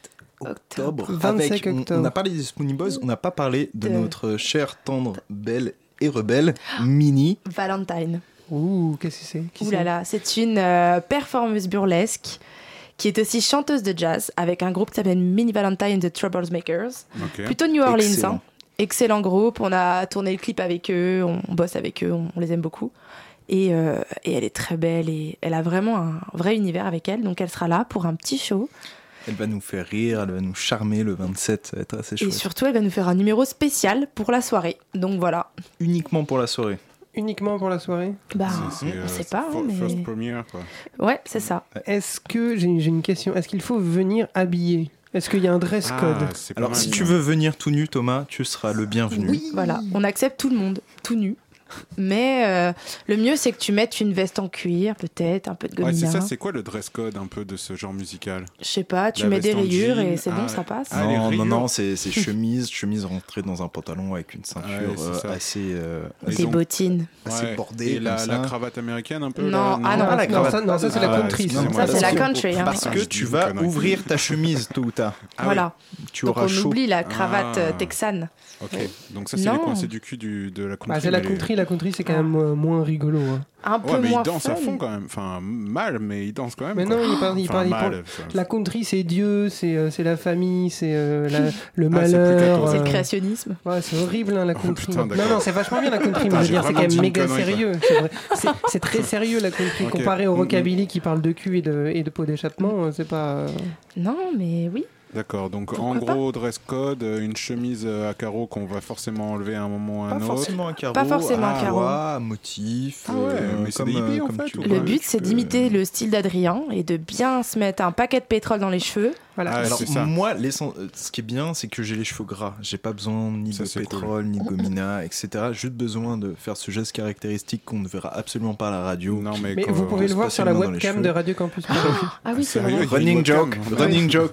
Octobre. vingt-cinq Avec, on- octobre. On a parlé des Spoonie Boys, on n'a pas parlé de De- notre chère, tendre, belle et rebelle Minnie. Valentine. Ouh, qu'est-ce que c'est Qui Ouh c'est là là, c'est une euh, performeuse burlesque qui est aussi chanteuse de jazz avec un groupe qui s'appelle Minnie Valentine The Troublemakers. Ok. Plutôt New Orleans. Excellent. hein. Excellent groupe. On a tourné le clip avec eux, on bosse avec eux, on, on les aime beaucoup. Et, euh, et elle est très belle et elle a vraiment un vrai univers avec elle. Donc elle sera là pour un petit show. Elle va nous faire rire, elle va nous charmer le vingt-sept, ça va être assez Et chouette. surtout, elle va nous faire un numéro spécial pour la soirée. Donc voilà. Uniquement pour la soirée. Uniquement pour la soirée Bah, C'est- c'est, on euh, sait pas, fir- mais... First premiere, quoi. Ouais, c'est ça. Est-ce que, j'ai j'ai une question, est-ce qu'il faut venir habillé Est-ce qu'il y a un dress code Ah, c'est pas Alors, mal. si tu veux venir tout nu, Thomas, tu seras le bienvenu. Voilà, on accepte tout le monde, tout nu. Mais euh, le mieux, c'est que tu mettes une veste en cuir, peut-être, un peu de Ouais, c'est gomina. ça, c'est quoi le dress code un peu de ce genre musical? Je sais pas, tu La mets veste des en rayures jean. et c'est Ah, bon, ouais. ça passe. Ah, les non, non, rayures. non, c'est c'est chemise, chemise rentrée dans un pantalon avec une ceinture Ouais, c'est euh, ça. assez, euh, Ils Des ont- bottines. assez Ouais. bordée. Et la, comme la ça. cravate américaine un peu Non, là, ah non, Pas la non, cravate. ça, non, ça, c'est la Ah, country. excusez-moi. Ça, c'est la Parce que- country. Hein. Parce Ah, que je dis tu une vas connerie. ouvrir ta chemise tôt ou tard. Ah Voilà. Tu Donc auras on chaud. oublie la cravate Ah. euh, texane. Ok, donc ça c'est Non. les coincés du cul du, de la country. Bah, c'est la mais les- country, la country c'est quand même euh, moins rigolo. hein. Un peu Ouais, mais moins ils dansent fun. à fond quand même. Enfin, mal, mais ils dansent quand même. Mais quoi. non, il parle, il Enfin, parle, il mal, parle- ça- La country c'est Dieu, c'est euh, c'est la famille, c'est euh, la- le Ah, c'est plus malheur. catholique. C'est le euh, créationnisme. Ouais, c'est horrible hein, la Oh, country. putain, non, d'accord. non, c'est vachement bien la country, mais Attends, je veux j'ai dire, c'est vraiment quand dit même une méga connerie, quoi. sérieux. C'est vrai. C'est- C'est très sérieux la country Ok. comparé au Mm, rockabilly qui parle de cul et de, et de pot d'échappement. euh, C'est pas. euh, Non, mais oui. D'accord, donc Pourquoi en pas gros, dress code, euh, une chemise euh, à carreaux qu'on va forcément enlever à un moment ou à Pas un autre. forcément un carreau. Pas forcément un ah, carreau. ouais, motif. Ah ouais, euh, mais c'est comme, des hippies, euh, en comme fait, tu ou veux. Le Ouais, but, tu c'est peux- d'imiter le style d'Adrien et de bien se mettre un paquet de pétrole dans les cheveux. Voilà. Ah, Alors c'est ça. moi, l'essen- euh, ce qui est bien, c'est que j'ai les cheveux gras. J'ai pas besoin ni Ça, de c'est pétrole, ni de gomina, et cetera. Juste besoin de faire ce geste caractéristique qu'on ne verra absolument pas à la radio. Non, mais, Mais quand- vous pouvez le se voir passer sur la les mains dans les webcam cheveux. de Radio Campus. Ah oui, c'est Sérieux, vrai. il y a une Running webcam, joke, hein. running joke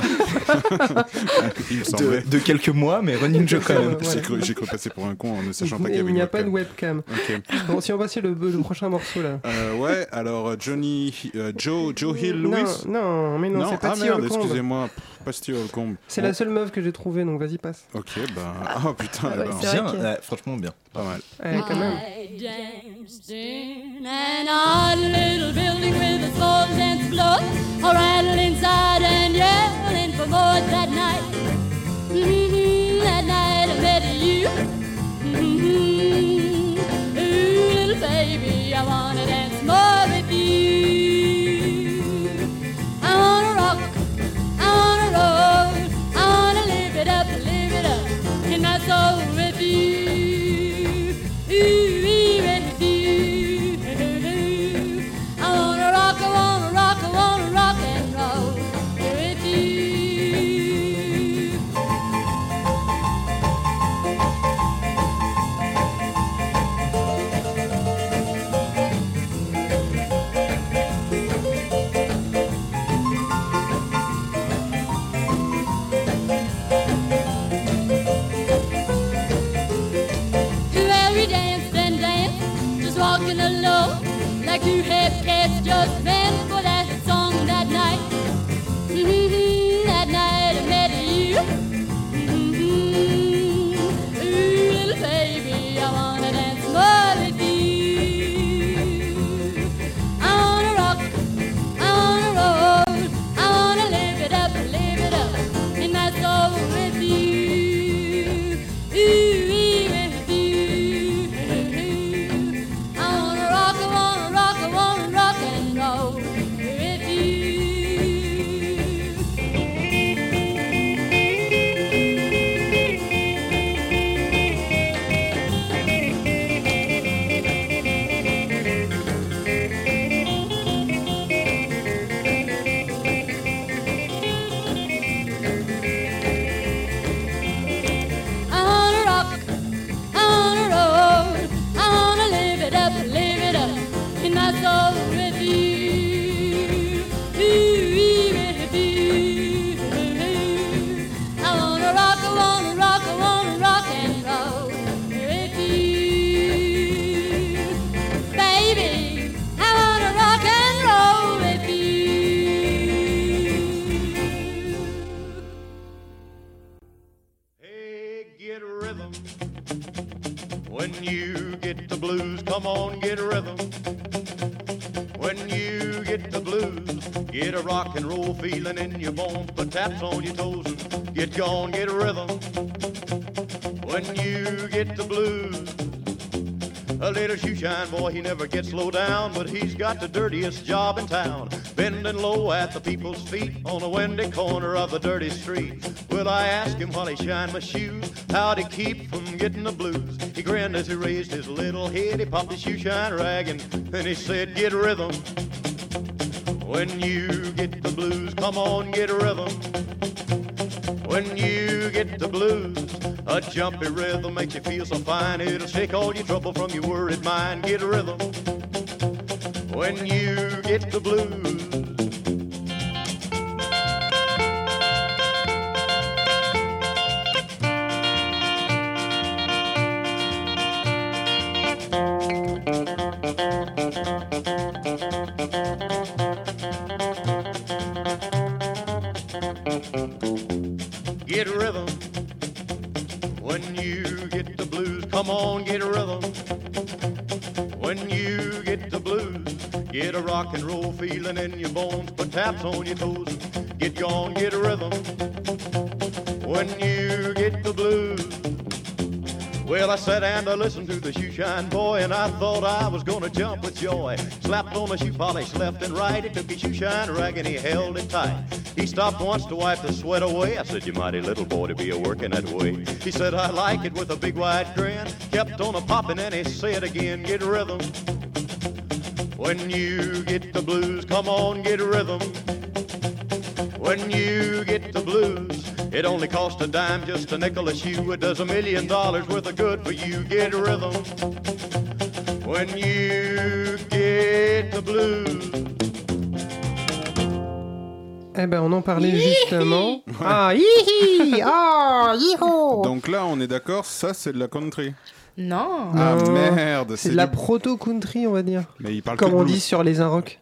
Il me de, semblait. de quelques mois, mais running joke quand même. Ouais. J'ai cru, j'ai cru passer pour un con en ne sachant pas qu'il y avait Il n'y a une pas de webcam. webcam. Ok. Bon, si on passait le, le prochain morceau là. Euh, ouais, alors euh, Johnny, euh, Joe, Joe Hill Lewis. Non, non, mais non, c'est pas ah merde, Holcomb. excusez-moi, Pff, Pastille Holcomb. C'est Bon, la seule meuf que j'ai trouvée, donc vas-y, passe. Ok, bah. Oh putain, Ah ouais, eh ben, c'est Bien, vrai que- ouais, franchement bien. pas mal. Ouais, quand même. I danced in an odd little building with a small dance floor, a rattle inside and yelling for more that night. Mm-hmm, that night I met you. Mm-hmm. Ooh, little baby, I wanna dance more with you. I wanna rock, I wanna roll, I wanna live it up, live it up in my soul with you. Ooh, with you. I wanna rock, I wanna rock, I wanna rock and roll. you get the blues, come on, get a rhythm. When you get the blues, get a rock and roll feeling in your bones, put taps on your toes and get gone, get a rhythm. When you get the blues, a little shoeshine boy, he never gets low down, but he's got the dirtiest job in town, bending low at the people's feet on a windy corner of a dirty street. Well, I asked him while he shined my shoes, how'd he keep from getting the blues? He grinned as he raised his little head, he popped his shoeshine rag and then he said, get rhythm. When you get the blues, come on, get rhythm. When you get the blues, a jumpy rhythm makes you feel so fine, it'll shake all your trouble from your worried mind. Get a rhythm. When you get the blues. Get a rhythm. When you get the blues, come on, get a rhythm. When you get the blues, get a rock and roll feeling in your bones, put taps on your toes, get gone, get a rhythm. When you get the blues. Well, I sat and I listened to the shoeshine boy, and I thought I was gonna jump with joy. Slapped on the shoe polish left and right, he took his shoeshine rag and he held it tight. He stopped once to wipe the sweat away. I said, you mighty little boy to be a working that way. He said, I like it with a big wide grin. Kept on a popping and he said again, get a rhythm. When you get the blues, come on, get a rhythm. When you get the blues, it only costs a dime, just a nickel a shoe. It does a million dollars worth of good for you. Get a rhythm. When you get the blues. Eh ben, on en parlait justement. Ah, hihi! Ah, yiho! Donc là, on est d'accord, ça, c'est de la country. Non. Ah Non, merde, c'est de la proto-country, on va dire. Mais il parle Comme que de on blues. dit sur les Inrocks.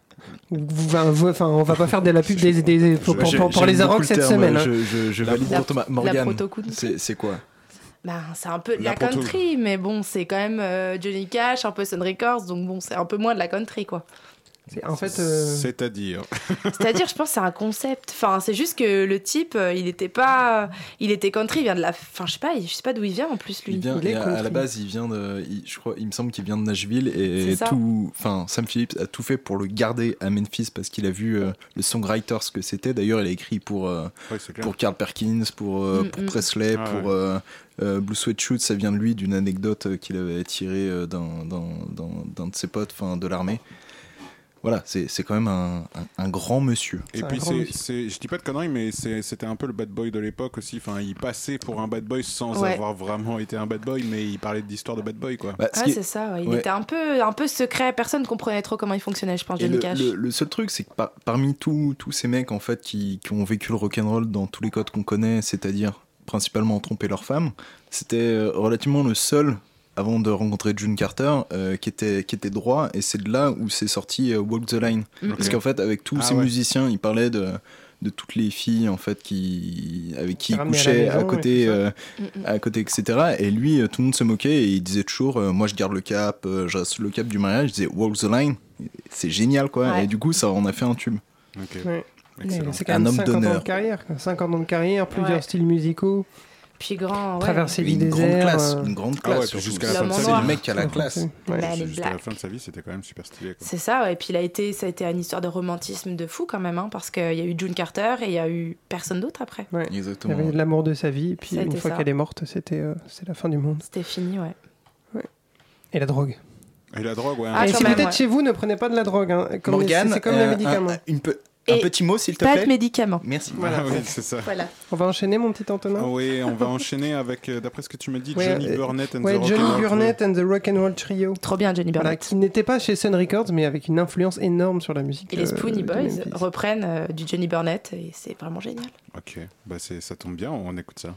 Enfin, on va pas faire de la pub des, des, pour, pour, pour, pour les Inrocks cette semaine. Je, hein. je, je valide La- pour Thomas. la Morgane, proto-country. c'est, c'est quoi? Ben, c'est un peu de La la, proto. country, mais bon, c'est quand même euh, Johnny Cash, un peu Sun Records, donc bon, c'est un peu moins de la country, quoi. C'est, en fait, euh... C'est-à-dire C'est-à-dire, je pense que c'est un concept. Enfin, c'est juste que le type, euh, il était pas, il était country, il vient de la, enfin, je sais pas, je sais pas d'où il vient en plus lui. Il vient, Il est et à, à country. la base, il vient de, il, je crois, il me semble qu'il vient de Nashville et C'est ça. tout, enfin, Sam Phillips a tout fait pour le garder à Memphis parce qu'il a vu euh, le songwriter ce que c'était. D'ailleurs, il a écrit pour euh, Ouais, c'est clair. pour Carl Perkins, pour euh, Mm, pour mm. Presley, Ah, pour ouais. euh, euh, Blue Sweat Shoot. Ça vient de lui, d'une anecdote euh, qu'il avait tirée euh, d'un, d'un, d'un, d'un de ses potes, enfin, de l'armée. Voilà, c'est, c'est quand même un, un, un grand monsieur. Et puis c'est, c'est, je dis pas de conneries, mais c'est, c'était un peu le bad boy de l'époque aussi. Enfin, il passait pour un bad boy sans Ouais. avoir vraiment été un bad boy, mais il parlait d'histoire de bad boy, quoi. Bah, ce Ouais, qui est- c'est ça. Ouais. Il ouais. était un peu, un peu secret. Personne comprenait trop comment il fonctionnait, je pense, Et Johnny le, Cash. le- le seul truc, c'est que par- parmi tous tous ces mecs en fait qui, qui ont vécu le rock'n'roll dans tous les codes qu'on connaît, c'est-à-dire principalement tromper leurs femmes, c'était euh, relativement le seul avant de rencontrer June Carter euh, qui était qui était droit, et c'est de là où c'est sorti euh, Walk the Line. Mhm. Parce qu'en fait avec tous Ah ces ouais. musiciens, il parlait de de toutes les filles en fait qui avec qui il ramenait à la couchait à, maison, côté et tout ça. euh, Mm, mm. à côté etc, et lui euh, tout le monde se moquait et il disait toujours euh, moi je garde le cap, euh, je reste le cap du mariage. Il disait Walk the Line, c'est génial quoi. Ouais. Et du coup ça en a fait un tube. Ok. Ouais. Excellent. C'est quand Un même homme cinquante ans d'honneur. de carrière. quoi. cinquante ans de carrière, plusieurs Ouais. styles musicaux, Puis grand, ouais. traverser Une le grande désert. classe, euh, une grande Ah ouais, classe puis surtout. jusqu'à la fin de L'homme sa en vie. noir. Le mec qui a la classe. Ouais. Man in Jusqu'à la Black. fin de sa vie, c'était quand même super stylé, quoi. C'est ça, ouais. Et puis il a été, ça a été une histoire de romantisme de fou quand même, hein, parce qu'il y a eu June Carter et il y a eu personne d'autre après. Ouais. Il y Exactement. avait l'amour de sa vie, et puis Ça a une été fois ça. qu'elle est morte, c'était euh, c'est la fin du monde. C'était fini, ouais. Et la drogue. Et la drogue, ouais. Ah, et quand si même, vous êtes ouais. chez vous, ne prenez pas de la drogue. Hein. Comme Morgane, c'est, c'est comme euh, les médicaments. un, une pe- un Et petit mot s'il te Pas plaît. de médicaments. Merci. Voilà. Ah oui, c'est ça. Voilà. On va enchaîner, mon petit Antonin. Ah oui, on va enchaîner avec, euh, d'après ce que tu m'as dit, Ouais, Johnny euh, Burnett and Ouais, the Johnny Rock'n'Roll Burnett and the Rock'n'Roll Trio. Trop bien, Johnny Voilà, Burnett. qui n'était pas chez Sun Records, mais avec une influence énorme sur la musique. Et les euh, Spoonie de Boys Memphis. reprennent euh, du Johnny Burnett et c'est vraiment génial. Ok, bah c'est, ça tombe bien, on écoute ça.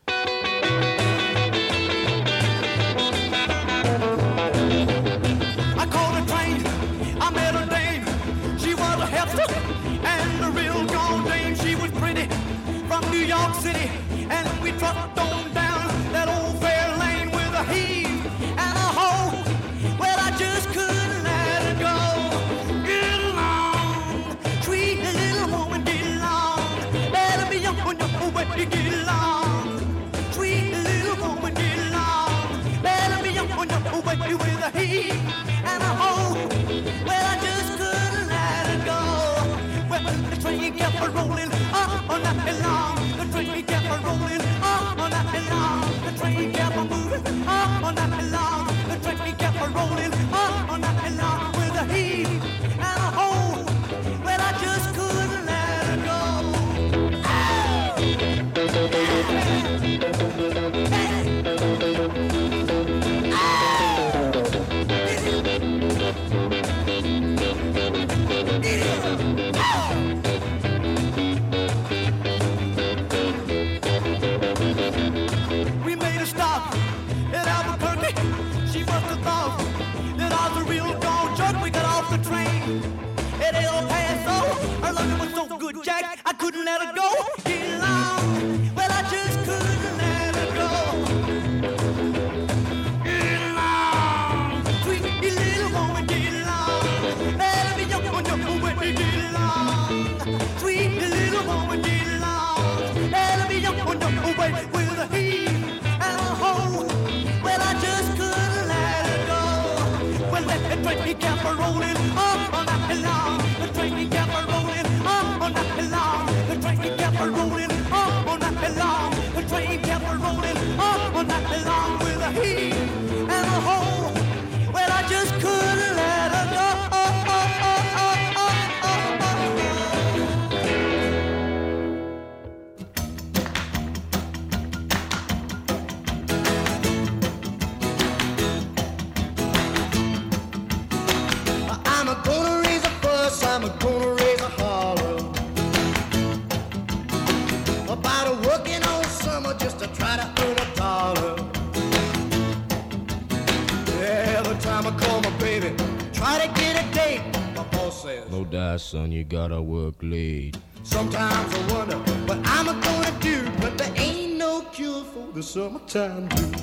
I called a train, I met a dame. She was a hipster and a real gone dame. She was pretty from New York City, and we trucked on down that old fair lane with a heave and a rolling on, all night long. The train kept a rolling on, all night long. The train kept a moving on, all night long. The train kept a rolling on, all night long. With a heave and a hold, well I just couldn't let it go. Oh! We made a stop in Albuquerque. She must have thought that I was a real gone jerk. We got off the train at El Paso. Her loving was so good, Jack, I couldn't let her go. Get along, well I just couldn't let her go. Get along, sweet little woman, get along. Let me young one, young woman, get along. Sweet little woman, get along. Let me young one, young woman, with a heave and a hold. Well I just couldn't let her go. Well let the train kept a rolling on, all night long. The train kept a rolling on, all night long. The train kept a rolling on, all night long. The train kept a rolling on, all night long. With a heave and a hold. Well I just couldn't let her go. I'm gonna raise a fuss, I'm gonna raise a holler about a working all summer just to try to earn a dollar. Every time I call my baby, try to get a date, my boss says, no die, son, you gotta work late. sometimes I wonder what I'm gonna do, but there ain't no cure for the summertime blues.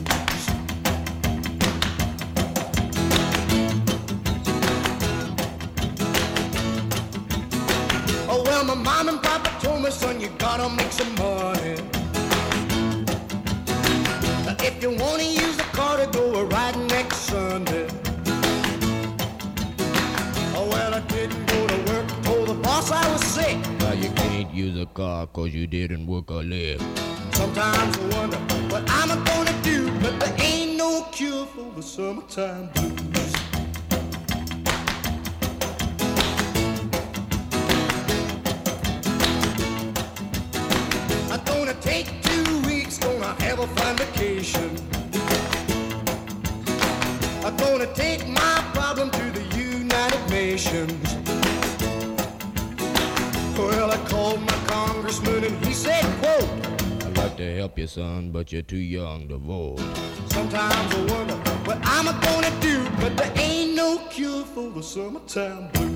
Oh, well, my mom and papa told me, son, you gotta make some money. If you wanna use the car to go riding next Sunday. Oh, well, I didn't go to work, told the boss I was sick. Now you can't use a car cause you didn't work a lick. Sometimes I wonder what I'm gonna do, but there ain't no cure for the summertime blues. I'm gonna take two weeks, gonna have a fine vacation. I'm gonna take my problem to the United Nations. Well, I called my congressman and he said, quote, I'd like to help you, son, but you're too young to vote. sometimes I wonder what I'm gonna do, but there ain't no cure for the summertime blues.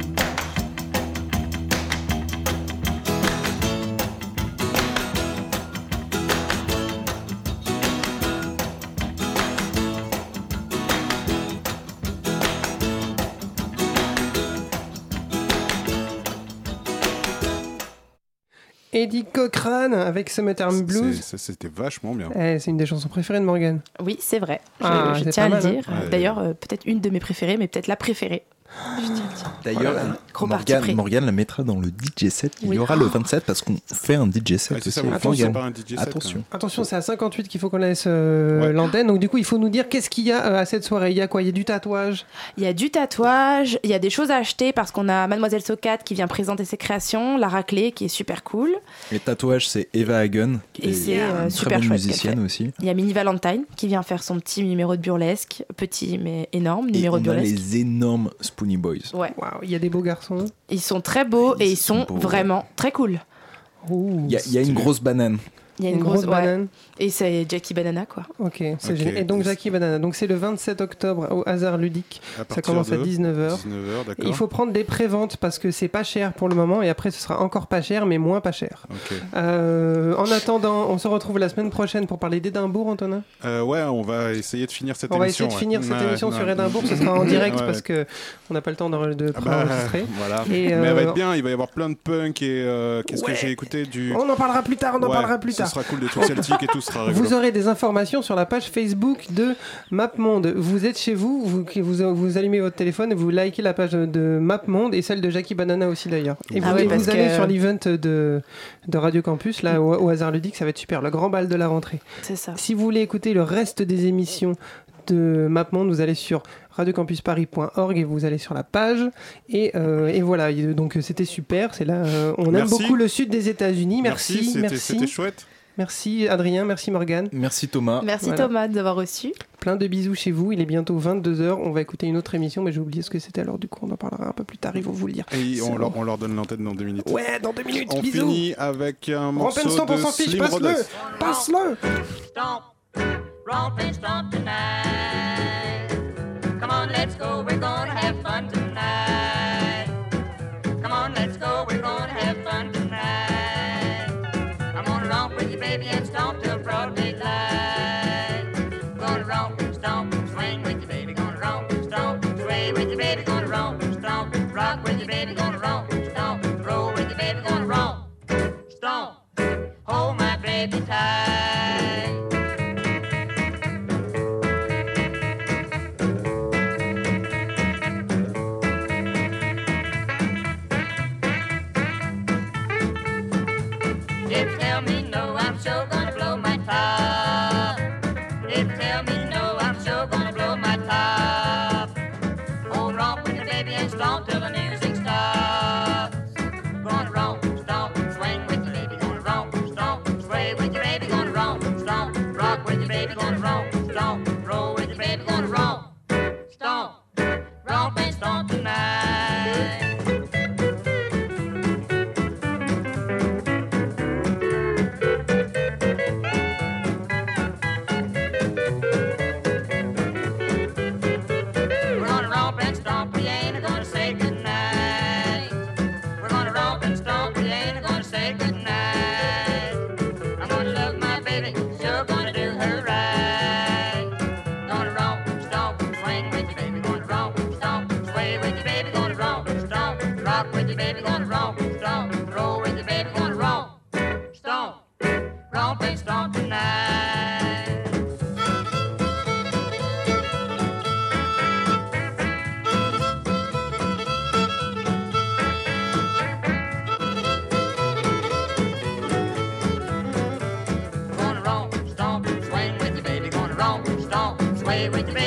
Eddie Cochran avec Summertime Blues. C'est- c'est- C'était vachement bien. Eh, c'est une des chansons préférées de Morgane. Oui, c'est vrai. Je, Ah, je c'est tiens pas à le mal, dire. hein. Euh, D'ailleurs, euh, peut-être une de mes préférées, mais peut-être la préférée. Je tiens à le dire. D'ailleurs, Oh là là. Gros parti Morgane, pris. Morgane la mettra dans le D J set. Il Oui. y aura le vingt-sept parce qu'on fait un D J set Ah, c'est aussi. ça, vous avec faites Morgane. pas un D J set, Attention. Attention, c'est à cinquante-huit qu'il faut qu'on laisse euh, l'antenne. Donc du coup, il faut nous dire qu'est-ce qu'il y a euh, à cette soirée. Il y a quoi? Il y a du tatouage. Il y a du tatouage, il y a des choses à acheter parce qu'on a Mademoiselle Socat qui vient présenter ses créations, la raclée qui est super cool. Les tatouages, c'est Eva Hagen, qui Et est c'est euh, une super très bonne chouette qu'elle musicienne fait. aussi. Il y a Mini Valentine qui vient faire son petit numéro de burlesque, petit mais énorme Et numéro on de a burlesque. les énormes Spoonie Boys. Ouais. Waouh, il y a des beaux garçons. Ils sont très beaux et ils sont beaux. vraiment très cool. Il y, a- il y a une grosse banane. Il y a une, Une grosse, grosse ouais. banane. Et c'est Jackie Banana quoi. Ok, c'est Ok. génial. Et donc Jackie Banana. Donc c'est le vingt-sept octobre au Hasard Ludique. À Ça partir commence à de dix-neuf heures. dix-neuf heures, d'accord. Il faut prendre des préventes parce que c'est pas cher pour le moment et après ce sera encore pas cher mais moins pas cher. Ok. Euh, en attendant, on se retrouve la semaine prochaine pour parler d'Édimbourg, Antonin. Euh, ouais, on va essayer de finir cette On va émission. essayer de ouais. finir cette Ouais, émission ouais. sur Édimbourg. Ce sera en direct Ouais, parce ouais. que on n'a pas le temps d'en- de Ah bah, préenregistrer. voilà. Et, Mais elle va euh, être bien, il va y avoir plein de punk et euh, qu'est-ce Ouais. que j'ai écouté du. On en parlera plus tard. On en Ouais, parlera plus c'est ça. Ce sera cool, des trucs celtiques et tout sera rigolo. Vous aurez des informations sur la page Facebook de MapMonde. Vous êtes chez vous, vous, vous, vous allumez votre téléphone et vous likez la page de MapMonde et celle de Jackie Banana aussi d'ailleurs. Et ah vous, oui, vous allez que... sur l'event de, de Radio Campus, là au, au hasard ludique, ça va être super, le grand bal de la rentrée. C'est ça. Si vous voulez écouter le reste des émissions de MapMonde, vous allez sur radiocampusparis point org et vous allez sur la page et, euh, et voilà, donc c'était super, c'est là, euh, on merci. aime beaucoup le sud des États-Unis. Merci, merci, c'était, merci. c'était chouette. Merci Adrien, merci Morgane. Merci Thomas. Merci voilà. Thomas de nous avoir reçus. Plein de bisous chez vous, il est bientôt vingt-deux heures, on va écouter une autre émission mais j'ai oublié ce que c'était, alors du coup on en parlera un peu plus tard, ils vont vous le dire. Et on leur, on leur donne l'antenne dans deux minutes. Ouais, dans deux minutes, on bisous. On finit avec un morceau Stomp, de on s'en fiche, Slim passe-le, Rhodes. passe-le. Stomp, romp and stomp tonight. Come on, let's go, we're gonna have fun tonight. Come on, let's go, we're gonna have fun tonight. I'm gonna romp with you, baby, and stomp till broad daylight. Gonna romp, stomp, swing with you, baby. Gonna romp, stomp, sway with you, baby. Gonna romp, stomp, rock with you, baby. Gonna romp, stomp, roll with you, baby. Gonna romp, stomp, hold my baby tight. If you tell me no, I'm sure gonna blow my top. If you tell me no, I'm sure gonna blow my top. Oh, romp with the baby and stomp till the music stops. Gonna romp, stomp, swing with you, baby. Gonna romp, stomp, sway with you, baby. Gonna romp, stomp, rock with you, baby. Gonna romp, stomp, roll with you, baby. Gonna romp, stomp, romp and stomp tonight. We're gonna romp and stomp, we ain't gonna say goodnight. We're gonna romp and stomp, we ain't gonna say goodnight. I'm gonna love my baby, sure gonna do her right. Gonna romp, stomp, swing with you, baby. Gonna romp, stomp, sway with you, baby. Gonna romp, stomp, rock with you, baby. Gonna romp, stomp, roll with you, baby. Gonna romp, stomp, romp and stomp tonight. Gonna romp, stomp, swing with you, baby. Gonna romp, stomp, sway with you, baby.